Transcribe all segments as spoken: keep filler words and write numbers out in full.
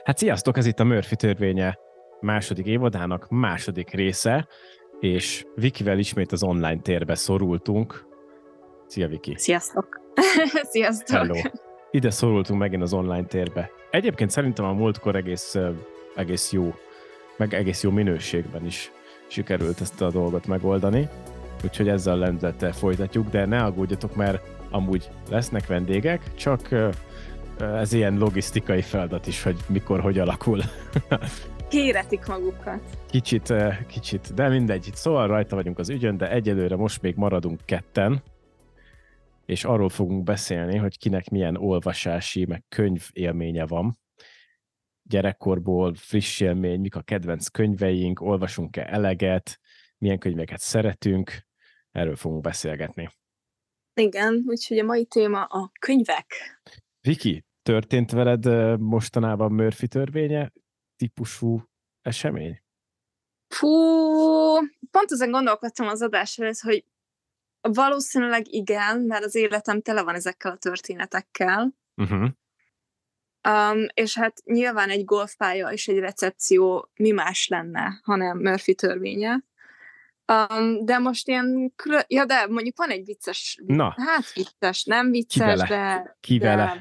Hát sziasztok, ez itt a Murphy törvénye második évadának második része, és Vikivel ismét az online térbe szorultunk. Szia, Viki! Sziasztok! Sziasztok! Hello! Ide szorultunk megint az online térbe. Egyébként szerintem a múltkor egész, egész jó, meg egész jó minőségben is sikerült ezt a dolgot megoldani, úgyhogy ezzel a lendülettel folytatjuk, de ne aggódjatok, mert amúgy lesznek vendégek, csak ez ilyen logisztikai feladat is, hogy mikor, hogy alakul. Kéretik magukat. Kicsit, kicsit, de mindegy. Szóval rajta vagyunk az ügyön, de egyelőre most még maradunk ketten, és arról fogunk beszélni, hogy kinek milyen olvasási, meg könyv élménye van. Gyerekkorból friss élmény, mik a kedvenc könyveink, olvasunk-e eleget, milyen könyveket szeretünk, erről fogunk beszélgetni. Igen, úgyhogy a mai téma a könyvek. Viki, történt veled mostanában Murphy törvénye típusú esemény? Fú, pont ezen gondolkodtam az adás előtt, hogy valószínűleg igen, mert az életem tele van ezekkel a történetekkel. Uh-huh. Um, és hát nyilván egy golfpálya és egy recepció mi más lenne, hanem Murphy törvénye. Um, de most ilyen, ja de mondjuk van egy vicces, Na. hát vicces, nem vicces, Ki de... Ki de, vele?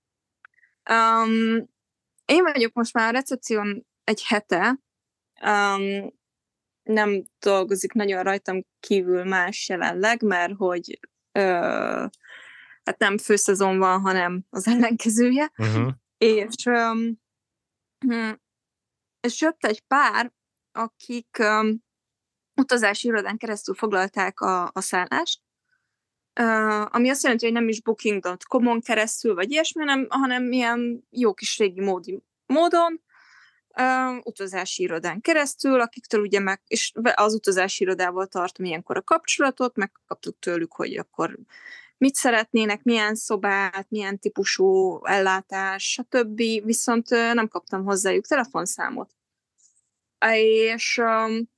Um, én vagyok most már a recepción egy hete, um, nem dolgozik nagyon rajtam kívül más jelenleg, mert hogy ö, hát nem főszezon van, hanem az ellenkezője, Uh-huh. és, um, és jött egy pár, akik um, utazási irodán keresztül foglalták a, a szállást, uh, ami azt jelenti, hogy nem is booking pont com-on keresztül, vagy ilyesmi, hanem, hanem ilyen jó kis régi módi, módon, Uh, utazási irodán keresztül, akiktől ugye meg, és az utazási irodával tartom ilyenkor a kapcsolatot, megkaptuk tőlük, hogy akkor mit szeretnének, milyen szobát, milyen típusú ellátás, stb. Viszont uh, nem kaptam hozzájuk telefonszámot. És um,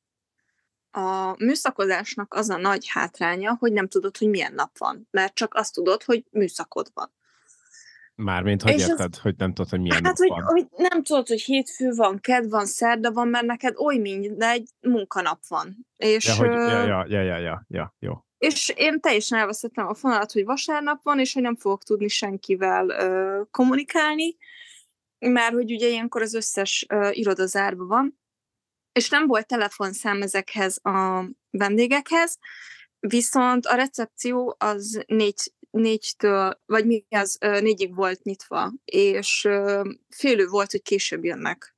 a műszakozásnak az a nagy hátránya, hogy nem tudod, hogy milyen nap van, mert csak azt tudod, hogy műszakod van. Mármint, hogy És érted, az, hogy nem tudod, hogy milyen hát, nap hogy, van. hogy nem tudod, hogy hétfő van, kedd van, szerda van, mert neked oly mindegy munkanap van. És, Ja, hogy, ja, ja, ja, ja, ja, ja, jó. és én teljesen elvesztettem a fonalat, hogy vasárnap van, és hogy nem fogok tudni senkivel uh, kommunikálni, mert hogy ugye ilyenkor az összes uh, iroda zárva van, és nem volt telefonszám ezekhez a vendégekhez, viszont a recepció az négy négytől, vagy mi az, négyig volt nyitva, és félő volt, hogy később jönnek.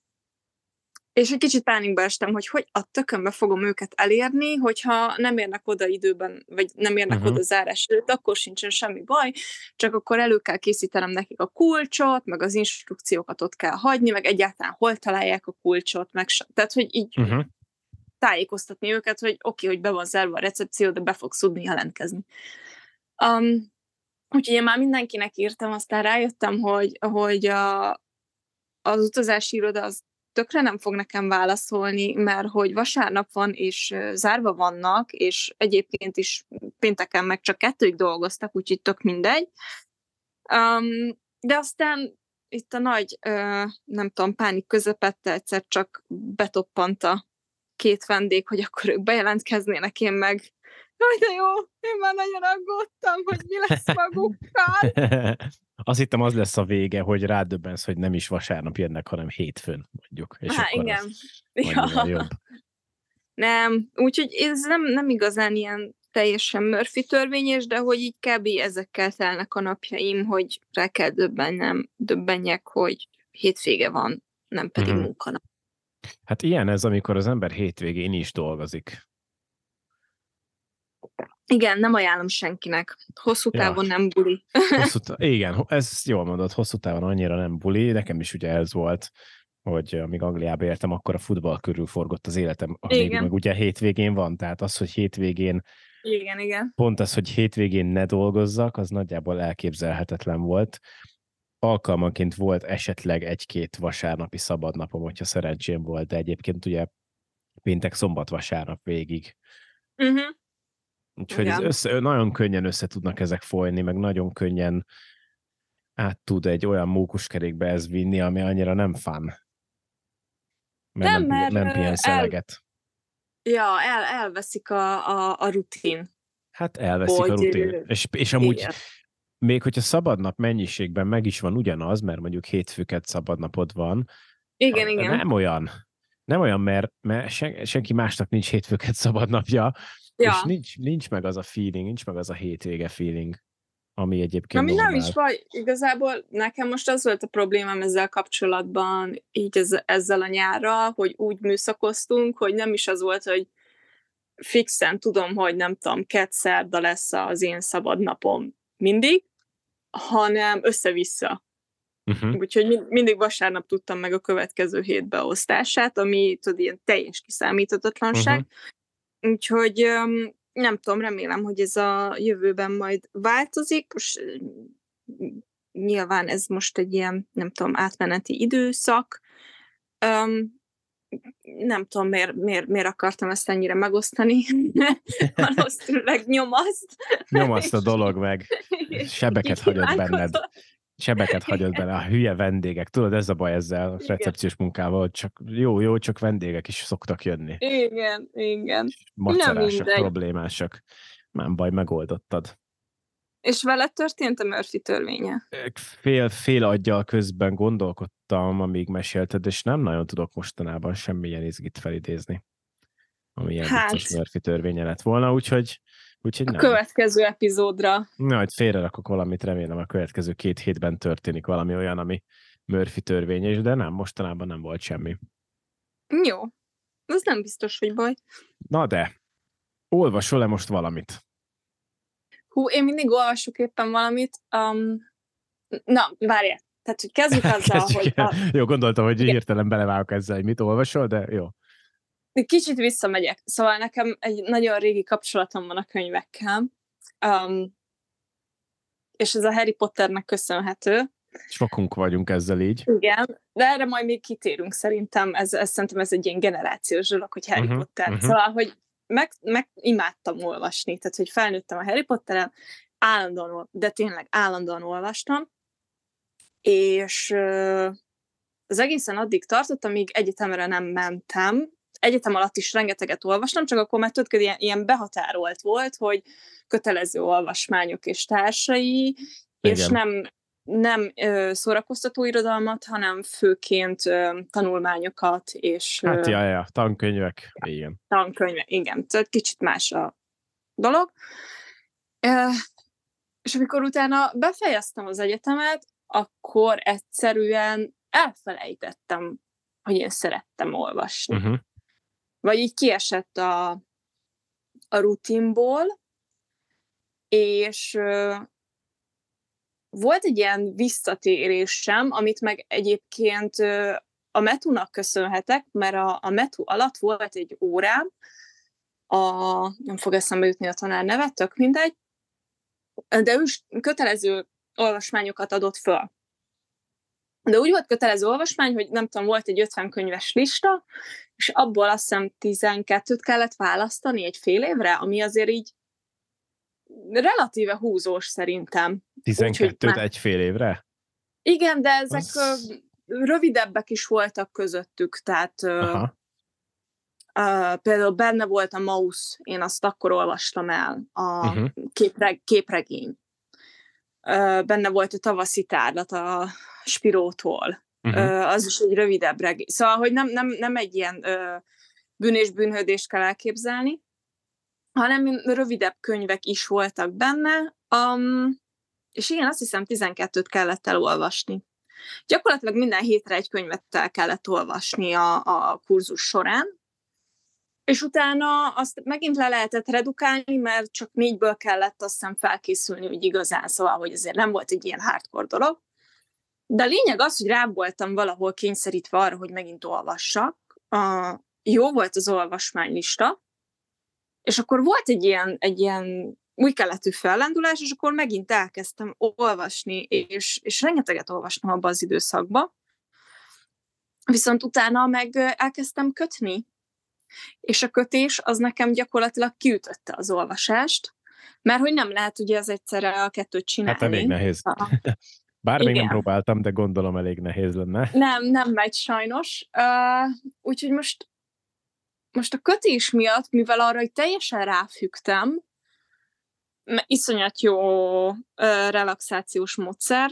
És egy kicsit pánikba estem, hogy hogy a tökönbe fogom őket elérni, hogyha nem érnek oda időben, vagy nem érnek uh-huh. oda zárás előtt, akkor sincsen semmi baj, csak akkor elő kell készítenem nekik a kulcsot, meg az instrukciókat ott kell hagyni, meg egyáltalán hol találják a kulcsot, meg tehát, hogy így uh-huh. tájékoztatni őket, hogy oké, okay, hogy be van zárva a recepció, de be fogsz tudni jelentkezni. Um, úgyhogy én már mindenkinek írtam, aztán rájöttem, hogy, hogy a, az utazási iroda az tökre nem fog nekem válaszolni, mert hogy vasárnap van, és zárva vannak, és egyébként is pénteken meg csak kettőig dolgoztak, úgyhogy tök mindegy. Um, de aztán itt a nagy, uh, nem tudom, pánik közepette egyszer csak betoppant a két vendég, hogy akkor ők bejelentkeznének, én meg hogy de jó, én már nagyon aggódtam, hogy mi lesz magukkal. Azt hittem, az lesz a vége, hogy rádöbbensz, hogy nem is vasárnap jönnek, hanem hétfőn, mondjuk. És Há, akkor igen. Ja. Jobb. Nem, úgyhogy ez nem, nem igazán ilyen teljesen Murphy törvényes, de hogy így kb. Ezekkel telnek a napjaim, hogy rá kell döbbennem, döbbenjek, hogy hétvége van, nem pedig mm-hmm. munkanap. Hát ilyen ez, amikor az ember hétvégén is dolgozik. Igen, nem ajánlom senkinek. Hosszú távon ja. nem buli. Hosszú t- igen, ez jól mondod, hosszú távon annyira nem buli. Nekem is ugye ez volt, hogy amíg Angliába értem, akkor a futball körül forgott az életem, amíg meg ugye hétvégén van. Tehát az, hogy hétvégén igen, igen. pont az, hogy hétvégén ne dolgozzak, az nagyjából elképzelhetetlen volt. Alkalmanként volt esetleg egy-két vasárnapi szabadnapom, hogyha szerencsém volt, de egyébként ugye péntek, szombat, vasárnap végig. Uh-huh. Úgyhogy ez össze, nagyon könnyen össze tudnak ezek folyni, meg nagyon könnyen át tud egy olyan mókuskerékbe ez vinni, ami annyira nem fun. Mert Nem, nem, pi- mert nem ö, pihensz el, eleget. ja, el, elveszik a, a, a rutin, Hát elveszik a hogy rutin. ö, És, és amúgy igen. még hogyha szabadnap mennyiségben meg is van ugyanaz, mert mondjuk hétfőket szabadnapod van, Igen, igen. nem olyan. Nem olyan, mert, mert sen, senki másnak nincs hétfőket szabadnapja, és Ja. nincs, nincs meg az a feeling, nincs meg az a hétvége feeling, ami egyébként Ami nem is normál. vagy, igazából nekem most az volt a problémám ezzel kapcsolatban, így ez, ezzel a nyárral, hogy úgy műszakoztunk, hogy nem is az volt, hogy fixen tudom, hogy nem tudom, kedd-szerda lesz az én szabad napom mindig, hanem össze-vissza. Uh-huh. Úgyhogy mind, mindig vasárnap tudtam meg a következő hét beosztását, ami tudod, ilyen teljes kiszámíthatatlanság. Uh-huh. Úgyhogy um, nem tudom, remélem, hogy ez a jövőben majd változik. Most nyilván ez most egy ilyen, nem tudom, átmeneti időszak. Um, nem tudom, miért, miért, miért akartam ezt ennyire megosztani. Valószínűleg nyomaszt. Nyomaszt a dolog meg. Sebeket hagyott benned. Sebeket hagyott benne. A hülye vendégek. Tudod, ez a baj ezzel a recepciós munkával, hogy csak jó, jó, csak vendégek is szoktak jönni. Igen, igen. Macerásak, problémásak. Nem baj, megoldottad. És veled történt a Murphy törvénye? Fél, fél aggyal közben gondolkodtam, amíg mesélted, és nem nagyon tudok mostanában semmilyen izgit felidézni, amilyen hát, vicces Murphy törvénye lett volna, úgyhogy, úgyhogy a nem. következő epizódra. Na, hogy félrerakok valamit, remélem a következő két hétben történik valami olyan, ami Murphy törvényes, de nem, mostanában nem volt semmi. Jó, az nem biztos, hogy baj. Na de, olvasol-e most valamit? Hú, én mindig olvasok éppen valamit. Um, na, várjál. Tehát, hogy kezdjük azzal, hogy... A... Jó, gondoltam, hogy hirtelen belevágok ezzel, hogy mit olvasol, de jó. Kicsit visszamegyek. Szóval nekem egy nagyon régi kapcsolatom van a könyvekkel, um, és ez a Harry Potternek köszönhető. Sokunk vagyunk ezzel így. Igen, de erre majd még kitérünk szerintem. Ez, ez szerintem ez egy ilyen generációs dolog, hogy Harry uh-huh, Potter. Uh-huh. Szóval, hogy meg, meg imádtam olvasni, tehát, hogy felnőttem a Harry Potteren, állandóan, de tényleg állandóan olvastam, és uh, az egészen addig tartott, amíg egyetemre nem mentem. Egyetem alatt is rengeteget olvastam, csak akkor már tudod, ilyen, ilyen behatárolt volt, hogy kötelező olvasmányok és társai, igen. És nem, nem ö, szórakoztató irodalmat, hanem főként ö, tanulmányokat, és... Hát, ja, ja, tankönyvek, igen. Tankönyvek, igen. Tehát kicsit más a dolog. E, és amikor utána befejeztem az egyetemet, akkor egyszerűen elfelejtettem, hogy én szerettem olvasni. Uh-huh. Vagy így kiesett a, a rutinból, és ö, volt egy ilyen visszatérésem, amit meg egyébként ö, a Metunak köszönhetek, mert a, a Metu alatt volt egy órám, a, nem fog eszembe jutni a tanár neve, tök mindegy, de ő kötelező olvasmányokat adott föl. De úgy volt kötelező olvasmány, hogy nem tudom, volt egy ötven könyves lista, és abból azt hiszem tizenkettőt kellett választani egy fél évre, ami azért így relatíve húzós szerintem. tizenkettőt már... egy fél évre? Igen, de ezek az... rövidebbek is voltak közöttük, tehát uh, uh, például benne volt a Maus, én azt akkor olvastam el, a uh-huh. képreg, képregény. Uh, benne volt a Tavaszi tárlat a Spirótól. Uh-huh. Uh, az is egy rövidebb regény. Szóval, hogy nem, nem, nem egy ilyen uh, bűn és bűnhődést kell elképzelni, hanem rövidebb könyvek is voltak benne, um, és igen, azt hiszem tizenkettőt kellett elolvasni. Gyakorlatilag minden hétre egy könyvet el kellett olvasni a, a kurzus során, és utána azt megint le lehetett redukálni, mert csak négyből kellett azt hiszem felkészülni, hogy igazán, szóval, hogy azért nem volt egy ilyen hardcore dolog. De a lényeg az, hogy rá voltam valahol kényszerítve arra, hogy megint olvassak. Uh, jó volt az olvasmánylista, és akkor volt egy ilyen, egy ilyen új keletű fellendulás, és akkor megint elkezdtem olvasni, és, és rengeteget olvastam abban az időszakban. Viszont utána meg elkezdtem kötni, és a kötés az nekem gyakorlatilag kiütötte az olvasást, mert hogy nem lehet ugye az egyszerre a kettőt csinálni. Hát elég nehéz. Bár még nem Igen. próbáltam, de gondolom elég nehéz lenne. Nem, nem megy sajnos. Uh, úgyhogy most, most a kötés miatt, mivel arra hogy teljesen ráfügtem, iszonyat jó uh, relaxációs módszer,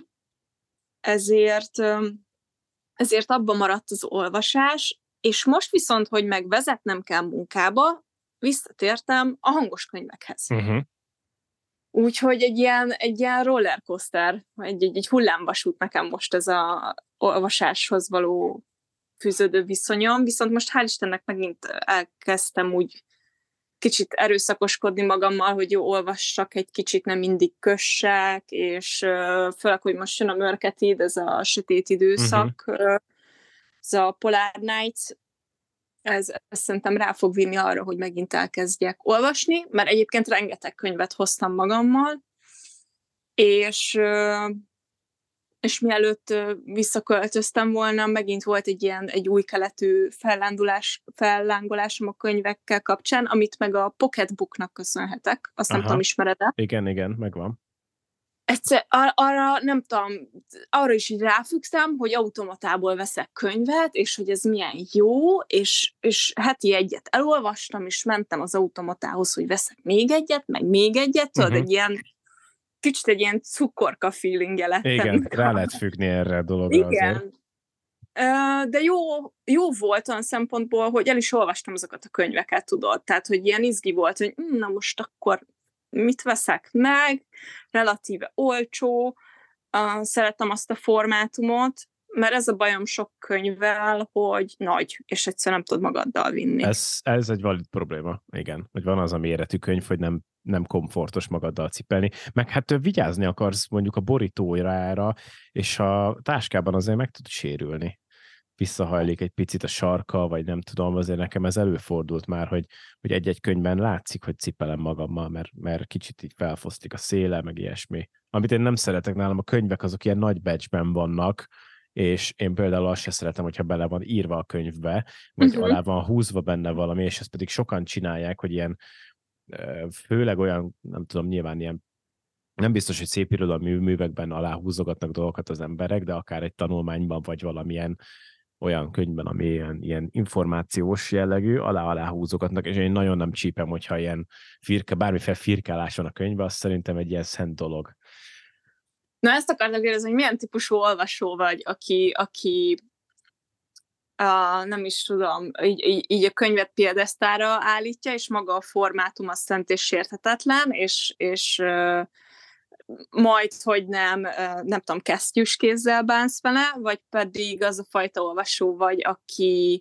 ezért, uh, ezért abban maradt az olvasás, és most viszont, hogy meg vezetnem kell munkába, visszatértem a hangos könyvekhez. Uh-huh. Úgyhogy egy ilyen, egy ilyen rollercoaster, egy, egy, egy hullámvasút nekem most ez a olvasáshoz való fűződő viszonyom, viszont most hál' Istennek megint elkezdtem úgy kicsit erőszakoskodni magammal, hogy jó, olvassak egy kicsit, nem mindig kössek, és uh, főleg, hogy most jön a Mörketid, ez a sötét időszak, uh-huh. uh, ez a Polar Nights, ez, ez szerintem rá fog vinni arra, hogy megint elkezdjek olvasni, mert egyébként rengeteg könyvet hoztam magammal, és, és mielőtt visszaköltöztem volna, megint volt egy ilyen egy új keletű fellángolás, fellángolásom a könyvekkel kapcsán, amit meg a Pocketbooknak köszönhetek. Azt Aha. nem tudom, ismered-e? Igen, igen, megvan. Egyszer, ar- arra nem tudom, arra is így ráfüggtem, hogy automatából veszek könyvet, és hogy ez milyen jó, és, és heti egyet elolvastam, és mentem az automatához, hogy veszek még egyet, meg még egyet, tudod, uh-huh. egy ilyen kicsit egy ilyen cukorka feelingje lettem. Igen, rá lehet függni erre a dologra. Igen. Azért. De jó, jó volt olyan szempontból, hogy el is olvastam azokat a könyveket, tudod, tehát, hogy ilyen izgi volt, hogy na most akkor mit veszek meg, relatíve olcsó, uh, szeretem azt a formátumot, mert ez a bajom sok könyvvel, hogy nagy, és egyszerűen nem tudod magaddal vinni. Ez, ez egy valid probléma, igen, hogy van az a méretű könyv, hogy nem, nem komfortos magaddal cipelni, meg hát vigyázni akarsz mondjuk a borítójára, és a táskában azért meg tud sérülni. Visszahajlik egy picit a sarka, vagy nem tudom, azért nekem ez előfordult már, hogy, hogy egy-egy könyvben látszik, hogy cipelem magammal, mert, mert kicsit így felfosztik a széle, meg ilyesmi. Amit én nem szeretek, nálam a könyvek azok ilyen nagy batchben vannak, és én például azt se szeretem, hogyha bele van írva a könyvbe, vagy uh-huh. alá van húzva benne valami, és ezt pedig sokan csinálják, hogy ilyen, főleg olyan, nem tudom, nyilván ilyen nem biztos, hogy szép irodalmi művekben aláhúzogatnak dolgokat az emberek, de akár egy tanulmányban, vagy valamilyen olyan könyvben, ami ilyen, ilyen információs jellegű, alá-alá húzogatnak, és én nagyon nem csípem, hogyha ilyen firke, bármiféle firkálás van a könyvben, az szerintem egy ilyen szent dolog. Na ezt akartam kérdezni, hogy milyen típusú olvasó vagy, aki, aki uh, nem is tudom, így, így, így a könyvet piedesztára állítja, és maga a formátum az szent és sérthetetlen, és, és uh, majd, hogy nem, nem tudom, kesztyűs kézzel bánsz vele, vagy pedig az a fajta olvasó vagy, aki,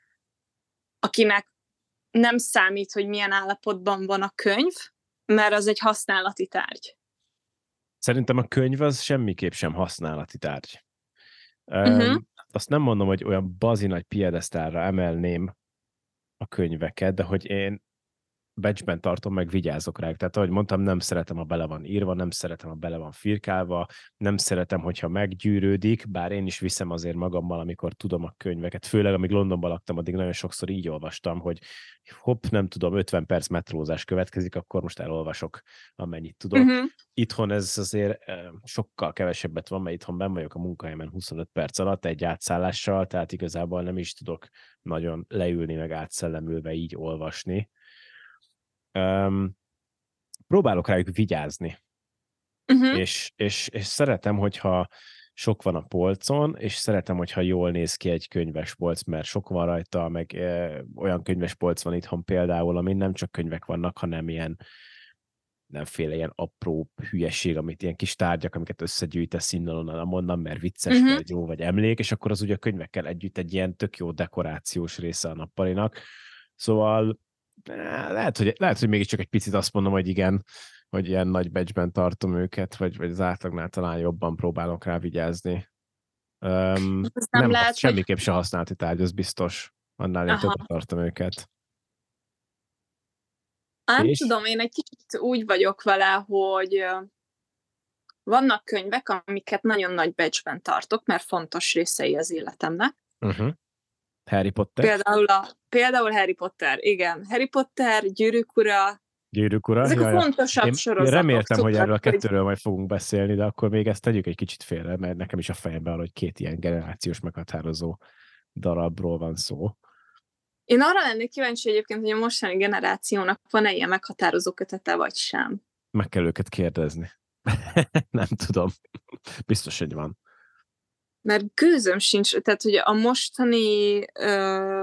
akinek nem számít, hogy milyen állapotban van a könyv, mert az egy használati tárgy. Szerintem a könyv az semmiképp sem használati tárgy. Uh-huh. Um, azt nem mondom, hogy olyan bazi nagy piedesztálra emelném a könyveket, de hogy én batchben tartom, meg vigyázok rá. Tehát, ahogy mondtam, nem szeretem, ha bele van írva, nem szeretem, ha bele van firkálva, nem szeretem, hogyha meggyűrődik, bár én is viszem azért magammal, amikor tudom a könyveket. Főleg, amíg Londonban laktam, addig nagyon sokszor így olvastam, hogy hopp, nem tudom, ötven perc metrózás következik, akkor most elolvasok, amennyit tudok. Uh-huh. Itthon ez azért sokkal kevesebbet van, mert itthon benn vagyok a munkahelyemen huszonöt perc alatt egy átszállással, tehát igazából nem is tudok nagyon leülni, meg átszellemülve így olvasni. Um, próbálok rájuk vigyázni, uh-huh. és, és, és szeretem, hogyha sok van a polcon, és szeretem, hogyha jól néz ki egy könyvespolc, mert sok van rajta, meg e, olyan könyvespolc van itthon például, amin nem csak könyvek vannak, hanem ilyen nemféle ilyen apró hülyeség, amit ilyen kis tárgyak, amiket összegyűjtesz innen onnan, mert vicces, uh-huh. vagy jó, vagy emlék, és akkor az ugye a könyvekkel együtt egy ilyen tök jó dekorációs része a nappalinak. Szóval Lehet hogy, lehet, hogy mégiscsak egy picit azt mondom, hogy igen, hogy ilyen nagy batchben tartom őket, vagy, vagy az átlagnál talán jobban próbálok rá vigyázni. Um, nem, nem lehet, semmiképp hogy... se használati tárgy, az biztos. Annál én többet tartom őket. Nem és... tudom, én egy kicsit úgy vagyok vele, hogy vannak könyvek, amiket nagyon nagy batchben tartok, mert fontos részei az életemnek. Uh-huh. Harry Potter? Például, a, például Harry Potter, igen. Harry Potter, Gyűrűk ura, Gyűrűk ura? Ezek a Jaja. fontosabb Én, sorozatok. én reméltem, tudod, hogy erről a hogy... kettőről majd fogunk beszélni, de akkor még ezt tegyük egy kicsit félre, mert nekem is a fejemben van, hogy két ilyen generációs meghatározó darabról van szó. Én arra lennék kíváncsi egyébként, hogy a mostani generációnak van-e ilyen meghatározó kötete, vagy sem. Meg kell őket kérdezni. Nem tudom. Biztos, hogy van. Mert gőzöm sincs, tehát hogy a mostani ö,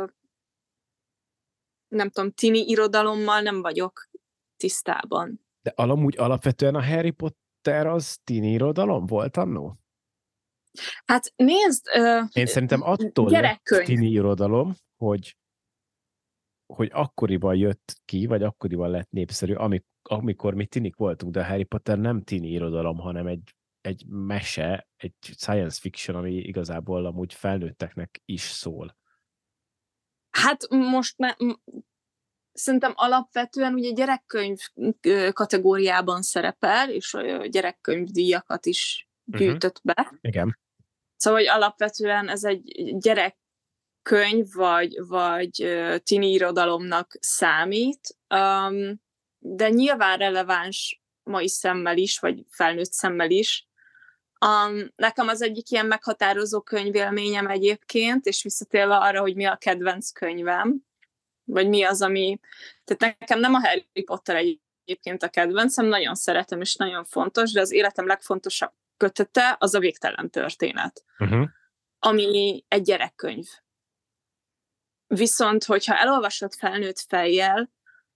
nem tudom, tini irodalommal nem vagyok tisztában. De amúgy alapvetően a Harry Potter az tini irodalom volt annó? Hát nézd, ö, Én szerintem attól lett tini irodalom, hogy, hogy akkoriban jött ki, vagy akkoriban lett népszerű, amikor, amikor mi tinik voltunk, de a Harry Potter nem tini irodalom, hanem egy, egy mese, egy science fiction, ami igazából amúgy felnőtteknek is szól. Hát most már szerintem alapvetően ugye gyerekkönyv kategóriában szerepel, és a gyerekkönyvdíjakat is gyűjtött be. Uh-huh. Igen. Szóval, hogy alapvetően ez egy gyerekkönyv, vagy, vagy tini irodalomnak számít, um, de nyilván releváns mai szemmel is, vagy felnőtt szemmel is. Um, nekem az egyik ilyen meghatározó könyvélményem egyébként, és visszatérve arra, hogy mi a kedvenc könyvem, vagy mi az, ami... Tehát nekem nem a Harry Potter egyébként a kedvencem, nagyon szeretem, és nagyon fontos, de az életem legfontosabb kötete az a Végtelen történet, uh-huh. ami egy gyerekkönyv. Viszont, hogyha elolvasod felnőtt fejjel,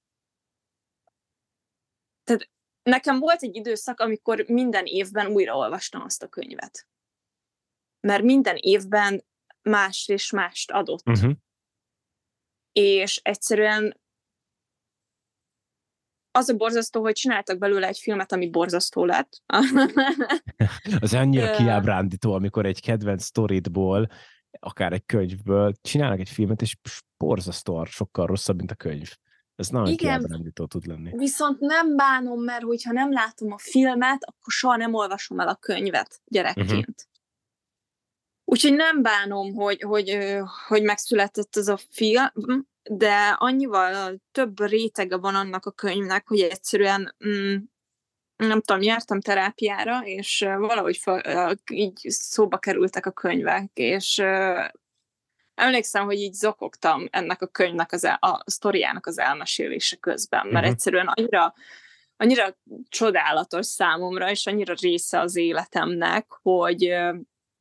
tehát nekem volt egy időszak, amikor minden évben újraolvastam azt a könyvet. Mert minden évben más és mást adott. Uh-huh. És egyszerűen az a borzasztó, hogy csináltak belőle egy filmet, ami borzasztó lett. Az annyira kiábrándító, amikor egy kedvenc sztoridból, akár egy könyvből csinálnak egy filmet, és borzasztóan sokkal rosszabb, mint a könyv. Ez nagyon Igen, kiábrándító tud lenni. Viszont nem bánom, mert hogyha nem látom a filmet, akkor soha nem olvasom el a könyvet gyerekként. Uh-huh. Úgyhogy nem bánom, hogy, hogy, hogy megszületett ez a film, de annyival több rétege van annak a könyvnek, hogy egyszerűen mm, nem tudom, jártam terápiára, és valahogy fel, így szóba kerültek a könyvek, és uh, emlékszem, hogy így zokogtam ennek a könyvnek, az el, a sztoriának az elmesélése közben, mert uh-huh. egyszerűen annyira, annyira csodálatos számomra, és annyira része az életemnek, hogy uh,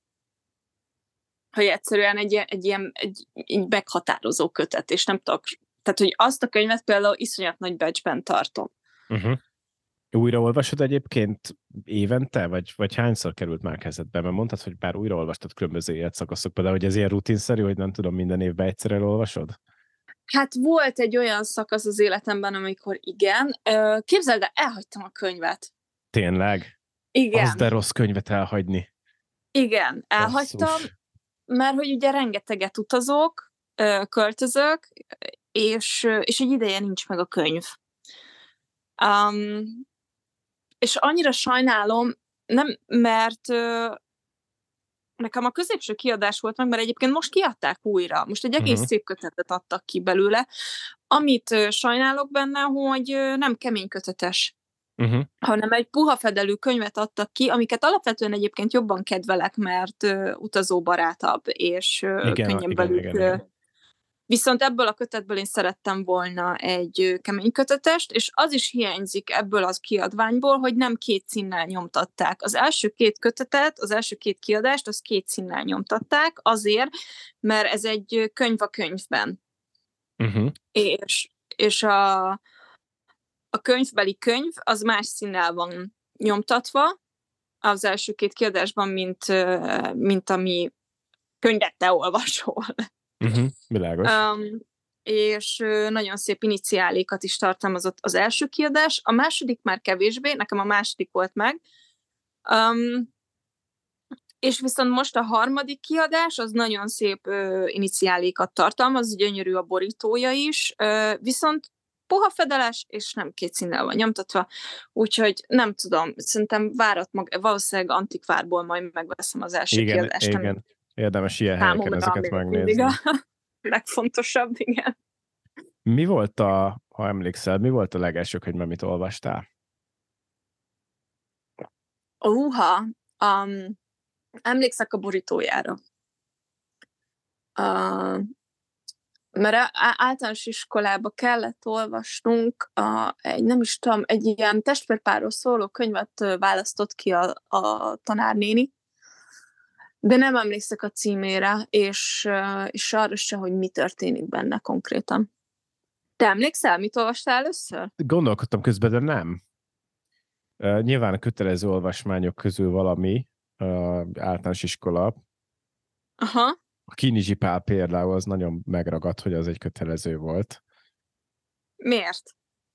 hogy egyszerűen egy, egy ilyen egy, egy meghatározó kötet, és nem tudok, tehát, hogy azt a könyvet például iszonyat nagy becsben tartom. Uh-huh. Újraolvasod egyébként évente, vagy, vagy hányszor került már kezedbe? Mert mondtad, hogy bár újraolvastad különböző életszakaszok, például, hogy ez ilyen rutinszerű, hogy nem tudom, minden évben egyszer elolvasod? Hát volt egy olyan szakasz az életemben, amikor igen. Képzeld el, elhagytam a könyvet. Tényleg? Igen. Az de rossz könyvet elhagyni. Igen, elhagytam, Basszus. Mert hogy ugye rengeteget utazok, költözök, és, és egy ideje nincs meg a könyv. Um, és annyira sajnálom, nem, mert uh, nekem a középső kiadás volt meg, mert egyébként most kiadták újra. Most egy egész uh-huh. szép kötetet adtak ki belőle, amit uh, sajnálok benne, hogy uh, nem kemény kötetes, uh-huh. hanem egy puha fedelű könyvet adtak ki, amiket alapvetően egyébként jobban kedvelek, mert uh, utazóbarátabb, és uh, igen, könnyen igen, belül... Igen, igen. Viszont ebből a kötetből én szerettem volna egy kemény kötetest, és az is hiányzik ebből az kiadványból, hogy nem két színnel nyomtatták. Az első két kötetet, az első két kiadást, az két színnel nyomtatták, azért, mert ez egy könyv a könyvben. Uh-huh. És, és a, a könyvbeli könyv az más színnel van nyomtatva az első két kiadásban, mint, mint ami könyvet te olvasol. Uh-huh, világos. Um, és uh, nagyon szép iniciálékat is tartalmazott az első kiadás, a második már kevésbé, nekem a második volt meg, um, és viszont most a harmadik kiadás, az nagyon szép uh, iniciálékat tartalmaz, gyönyörű a borítója is, uh, viszont puha fedeles, és nem két színnel van nyomtatva, úgyhogy nem tudom, szerintem várat maga, valószínűleg antikvárból majd megveszem az első igen, kiadást. Igen. Érdemes ilyen helyeken ezeket megnézni. A legfontosabb, igen. Mi volt a, ha emlékszel, mi volt a legelső könyv, amit olvastál? Uha, um, emlékszek a borítójára. Uh, mert á- általános iskolába kellett olvasnunk a, egy, nem is tudom, egy ilyen testvérpárról szóló könyvet ö, választott ki a, a tanárnéni, de nem emlékszek a címére, és, ö, és arra se, hogy mi történik benne konkrétan. Te emlékszel, mit olvastál először? Gondolkodtam közben, de nem. Uh, nyilván a kötelező olvasmányok közül valami, uh, általános iskola. Aha. A Kinizsi Pál például az nagyon megragadt, hogy az egy kötelező volt. Miért?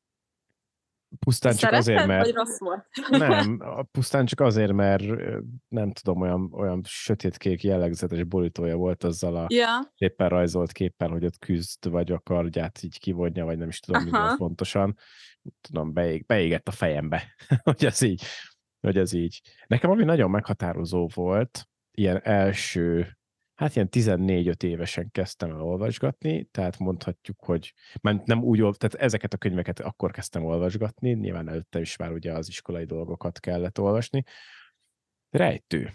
Pusztán csak azért, Szeretted, mert... vagy rossz volt? Nem, pusztán csak azért, mert nem tudom, olyan, olyan sötétkék jellegzetes borítója volt azzal a Ja. éppen rajzolt képpen, hogy ott küzd, vagy a kardját így kivonja, vagy nem is tudom, mi volt pontosan. Tudom, beég, beégett a fejembe, hogy ez így. Hogy ez így. Nekem ami nagyon meghatározó volt, ilyen első, hát ilyen tizennégy-öt évesen kezdtem el olvasgatni, tehát mondhatjuk, hogy már nem úgy, tehát ezeket a könyveket akkor kezdtem olvasgatni, nyilván előtte is már ugye az iskolai dolgokat kellett olvasni. Rejtő.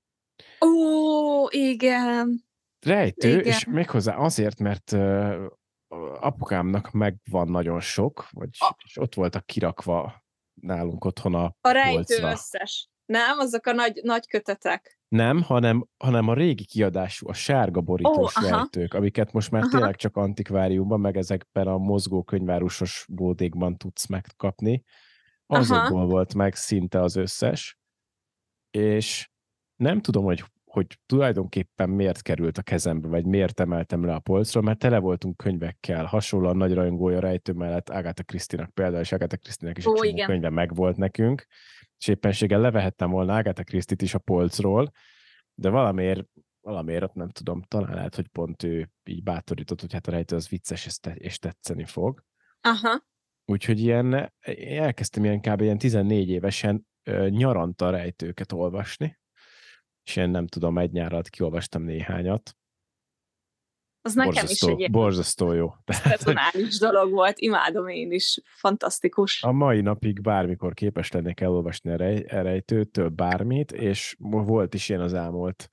Ó, igen. Rejtő, igen. és méghozzá azért, mert uh, apukámnak megvan nagyon sok, vagy, A- és ott voltak kirakva nálunk otthon a A rejtő polcra. összes. Nem? Azok a nagy, nagy kötetek. Nem, hanem, hanem a régi kiadású, a sárga borítós Ó, aha. rejtők, amiket most már Aha. tényleg csak antikváriumban, meg ezekben a mozgó könyvárusos bódékban tudsz megkapni. Azokból Aha. volt meg szinte az összes, és nem tudom, hogy, hogy tulajdonképpen miért került a kezembe, vagy miért emeltem le a polcról, mert tele voltunk könyvekkel, hasonlóan nagy rajongója rejtő mellett Agatha Christie-nak például, és Agatha Christie-nek is Ó, egy csomó igen. könyve megvolt nekünk, és éppenséggel levehettem volna Agatha Christie-t is a polcról, de valamiért, valamiért ott nem tudom, talán lehet, hogy pont ő így bátorított, hogy hát a rejtő az vicces, és, te, és tetszeni fog. Aha. Úgyhogy ilyen, elkezdtem ilyen kb. Ilyen tizennégy évesen ö, nyaranta rejtőket olvasni, és én nem tudom, egy nyár alatt kiolvastam néhányat. Az nekem Borzasztó, is egy ilyen borzasztó jó. szezonális dolog volt, imádom én is, fantasztikus. A mai napig bármikor képes lennék elolvasni a rej, a rejtőtől bármit, és volt is ilyen az elmúlt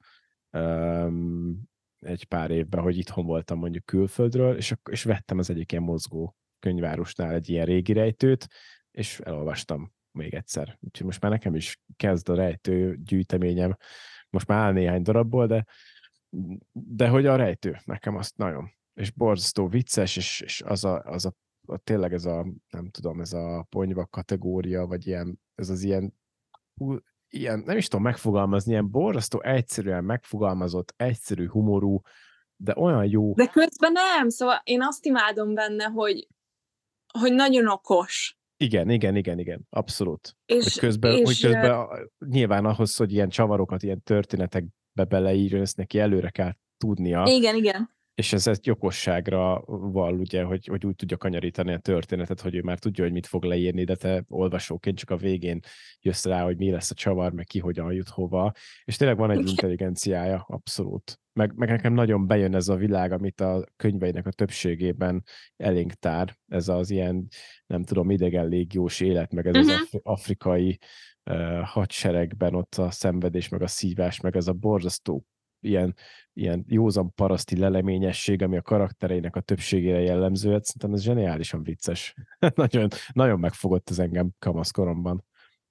um, egy pár évben, hogy itthon voltam mondjuk külföldről, és, és vettem az egyik ilyen mozgó könyvárusnál egy ilyen régi rejtőt, és elolvastam még egyszer. Úgyhogy most már nekem is kezd a rejtő gyűjteményem, most már áll néhány darabból, de, de hogy a rejtő, nekem azt nagyon, és borzasztó vicces, és, és az, a, az a, a tényleg ez a, nem tudom, ez a ponyva kategória, vagy ilyen, ez az ilyen, ilyen, nem is tudom megfogalmazni, ilyen borzasztó egyszerűen megfogalmazott, egyszerű humorú, de olyan jó. De közben nem, szóval én azt imádom benne, hogy, hogy nagyon okos. Igen, igen, igen, igen, abszolút. És, hogy közben, és, hogy közben nyilván ahhoz, hogy ilyen csavarokat, ilyen történetekbe beleírjon, ezt neki előre kell tudnia. Igen, igen. És ez egy okosságra val, ugye, hogy, hogy úgy tudja kanyarítani a történetet, hogy ő már tudja, hogy mit fog leírni, de te olvasóként csak a végén jössz rá, hogy mi lesz a csavar, meg ki hogyan jut hova. És tényleg van egy intelligenciája, abszolút. Meg, meg nekem nagyon bejön ez a világ, amit a könyveinek a többségében elénk tár. Ez az ilyen, nem tudom, idegen légiós élet, meg ez uh-huh. az af- afrikai uh, hadseregben ott a szenvedés, meg a szívás, meg ez a borzasztó ilyen, ilyen józan paraszti leleményesség, ami a karaktereinek a többségére jellemző, hát szerintem ez zseniálisan vicces. nagyon, nagyon megfogott ez engem kamaszkoromban.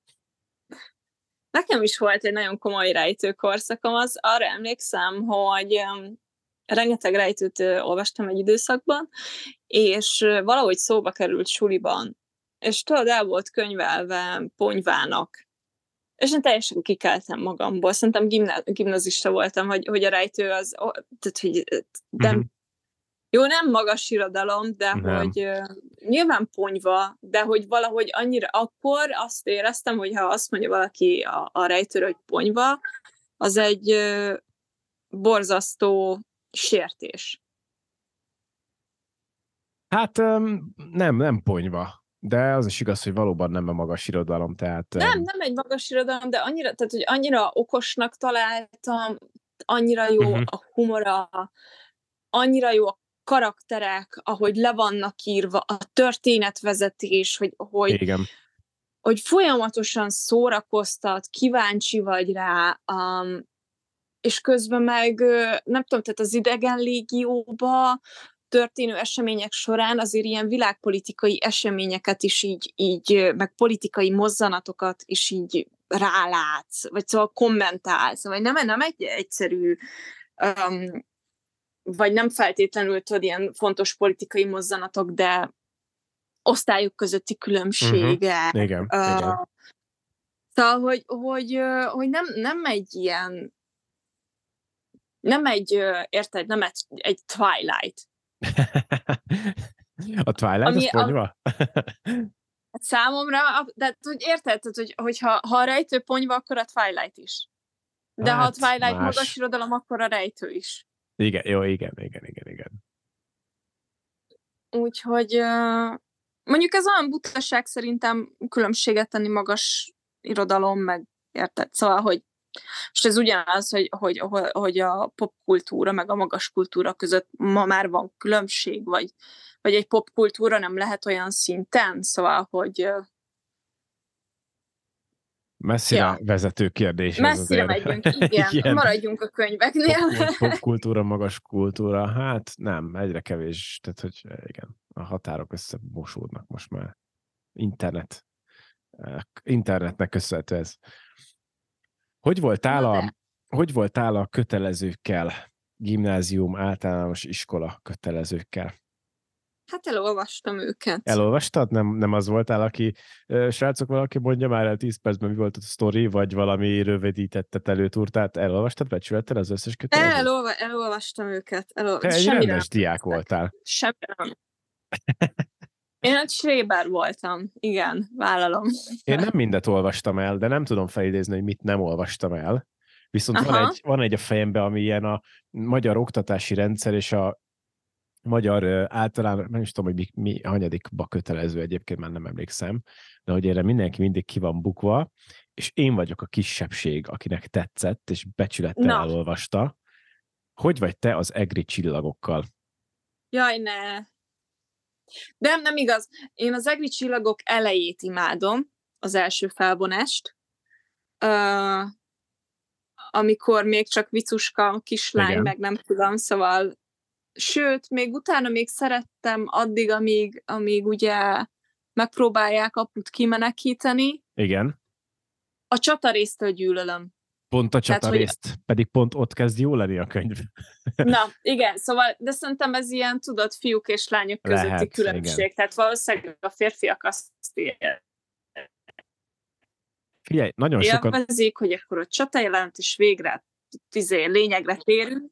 Nekem is volt egy nagyon komoly rejtőkorszakom, az arra emlékszem, hogy um, rengeteg rejtőt uh, olvastam egy időszakban, és uh, valahogy szóba került suliban, és tudod, el volt könyvelve ponyvának, és én teljesen kikeltem magamból. Szerintem gimna- gimnazista voltam, hogy, hogy a rejtő az, tehát, hogy nem, uh-huh. jó, nem magas irodalom, de nem. hogy uh, nyilván ponyva, de hogy valahogy annyira akkor azt éreztem, hogy ha azt mondja valaki a, a rejtőről, hogy ponyva, az egy uh, borzasztó sértés. Hát um, nem, nem ponyva. De az is igaz, hogy valóban nem a magas irodalom, tehát... Nem, nem egy magas irodalom, de annyira, tehát, hogy annyira okosnak találtam, annyira jó uh-huh. a humora, annyira jó a karakterek, ahogy le vannak írva, a történetvezetés, hogy, hogy, Igen. hogy folyamatosan szórakoztat, kíváncsi vagy rá, um, és közben meg, nem tudom, tehát az Idegen Légióba történő események során azért ilyen világpolitikai eseményeket is így, így meg politikai mozzanatokat is így rálátsz, vagy szóval kommentálsz, vagy nem, nem egy egyszerű, um, vagy nem feltétlenül tudod ilyen fontos politikai mozzanatok, de osztályok közötti különbségek. Uh-huh. Igen, uh, igen. Szóval, hogy, hogy, hogy nem, nem egy ilyen nem egy, érted, nem egy, egy Twilight. A Twilight az ponyva? Hát számomra, de hogy érted, hogy, hogyha ha a rejtő ponyva, akkor a Twilight is. De hát ha a Twilight más. Magas irodalom, akkor a rejtő is. Igen, jó, igen, igen, igen, igen. Úgyhogy mondjuk ez olyan butaság szerintem különbséget tenni magas irodalom, meg érted? Szóval, hogy és ez ugyanaz, hogy, hogy, hogy a popkultúra meg a magas kultúra között ma már van különbség, vagy, vagy egy popkultúra nem lehet olyan szinten, szóval, hogy messzire ja. vezető kérdés. Messzire megyünk, igen, igen, maradjunk a könyveknél. Popkultúra, magas kultúra, hát nem, egyre kevés, tehát hogy igen, a határok összemosódnak most már. Internet. Internetnek köszönhető ez. Hogy voltál, a, hogy voltál a kötelezőkkel, gimnázium, általános iskola kötelezőkkel? Hát elolvastam őket. Elolvastad? Nem, nem az voltál, aki, srácok, valaki mondja már el tíz percben, mi volt a sztori, vagy valami rövidítettet előtúrtát, elolvastad, becsülettel az összes kötelezőt? Elolva, elolvastam őket. Elol... Te egy Semmire rendes diák voltál. Semmire nem. Én egy Schreber voltam, igen, vállalom. Én nem mindet olvastam el, de nem tudom felidézni, hogy mit nem olvastam el. Viszont van egy, van egy a fejemben, ami ilyen a magyar oktatási rendszer és a magyar általán, nem is tudom, hogy mi, mi hanyadikba kötelező, egyébként már nem emlékszem, de hogy erre mindenki mindig ki van bukva, és én vagyok a kisebbség, akinek tetszett, és becsülettel Na. elolvasta. Hogy vagy te az egri csillagokkal? Jaj, ne! De nem, nem igaz. Én az egri csillagok elejét imádom, az első felvonást, uh, amikor még csak vicuska kislány, Igen. meg nem tudom, szóval sőt, még utána még szerettem addig, amíg, amíg ugye megpróbálják aput kimenekíteni. Igen. A csatarésztől gyűlölöm. Pont a csatarészt, Tehát, hogy... pedig pont ott kezd jól lenni a könyv. Na, igen, szóval, de szerintem ez ilyen, tudod, fiúk és lányok közötti Lehet, különbség. Igen. Tehát valószínűleg a férfiak azt Figyelj, nagyon sokan... élvezik, hogy akkor a csata jelent, és végre tizé, lényegre térünk.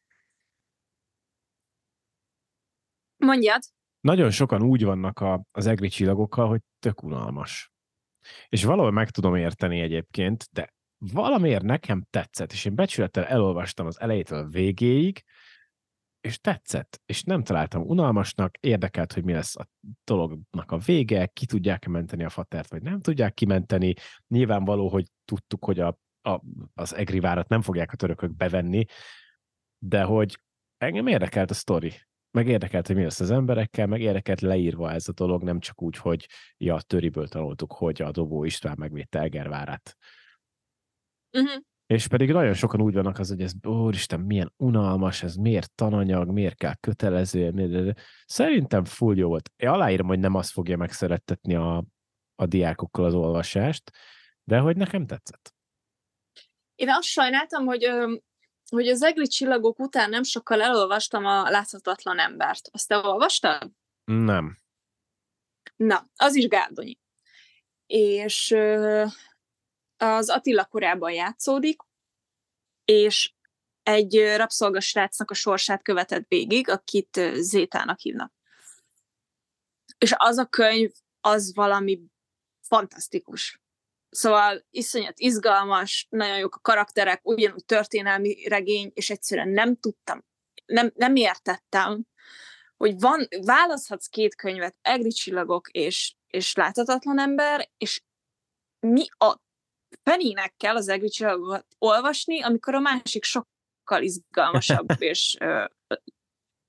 Mondjad. Nagyon sokan úgy vannak a, az egri csillagokkal, hogy tök unalmas. És valahol meg tudom érteni egyébként, de valamiért nekem tetszett, és én becsülettel elolvastam az elejétől a végéig, és tetszett, és nem találtam unalmasnak, érdekelt, hogy mi lesz a dolognak a vége, ki tudják-e menteni a fatert, vagy nem tudják kimenteni. Nyilvánvaló, hogy tudtuk, hogy a, a, az egri várat nem fogják a törökök bevenni, de hogy engem érdekelt a sztori. Meg érdekelt, hogy mi lesz az emberekkel, meg érdekelt leírva ez a dolog, nem csak úgy, hogy ja, a töriből tanultuk, hogy a Dobó István megvédte Egervárát. Uh-huh. És pedig nagyon sokan úgy vannak az, hogy ez, úristen, milyen unalmas, ez miért tananyag, miért kell kötelező, miért... Szerintem full jó volt. Én aláírom, hogy nem azt fogja megszerettetni a, a diákokkal az olvasást, de hogy nekem tetszett. Én azt sajnáltam, hogy, hogy az egri csillagok után nem sokkal elolvastam a Láthatatlan embert. Azt te olvastad? Nem. Na, az is Gárdonyi. És az Attila korában játszódik, és egy rabszolgasrácnak a sorsát követett végig, akit Zétának hívnak. És az a könyv, az valami fantasztikus. Szóval iszonyat izgalmas, nagyon jók a karakterek, ugyanúgy történelmi regény, és egyszerűen nem tudtam, nem, nem értettem, hogy van, választhatsz két könyvet, Egri csillagok és, és Láthatatlan ember, és mi a fenének kell az egri csillagokat olvasni, amikor a másik sokkal izgalmasabb, és ö,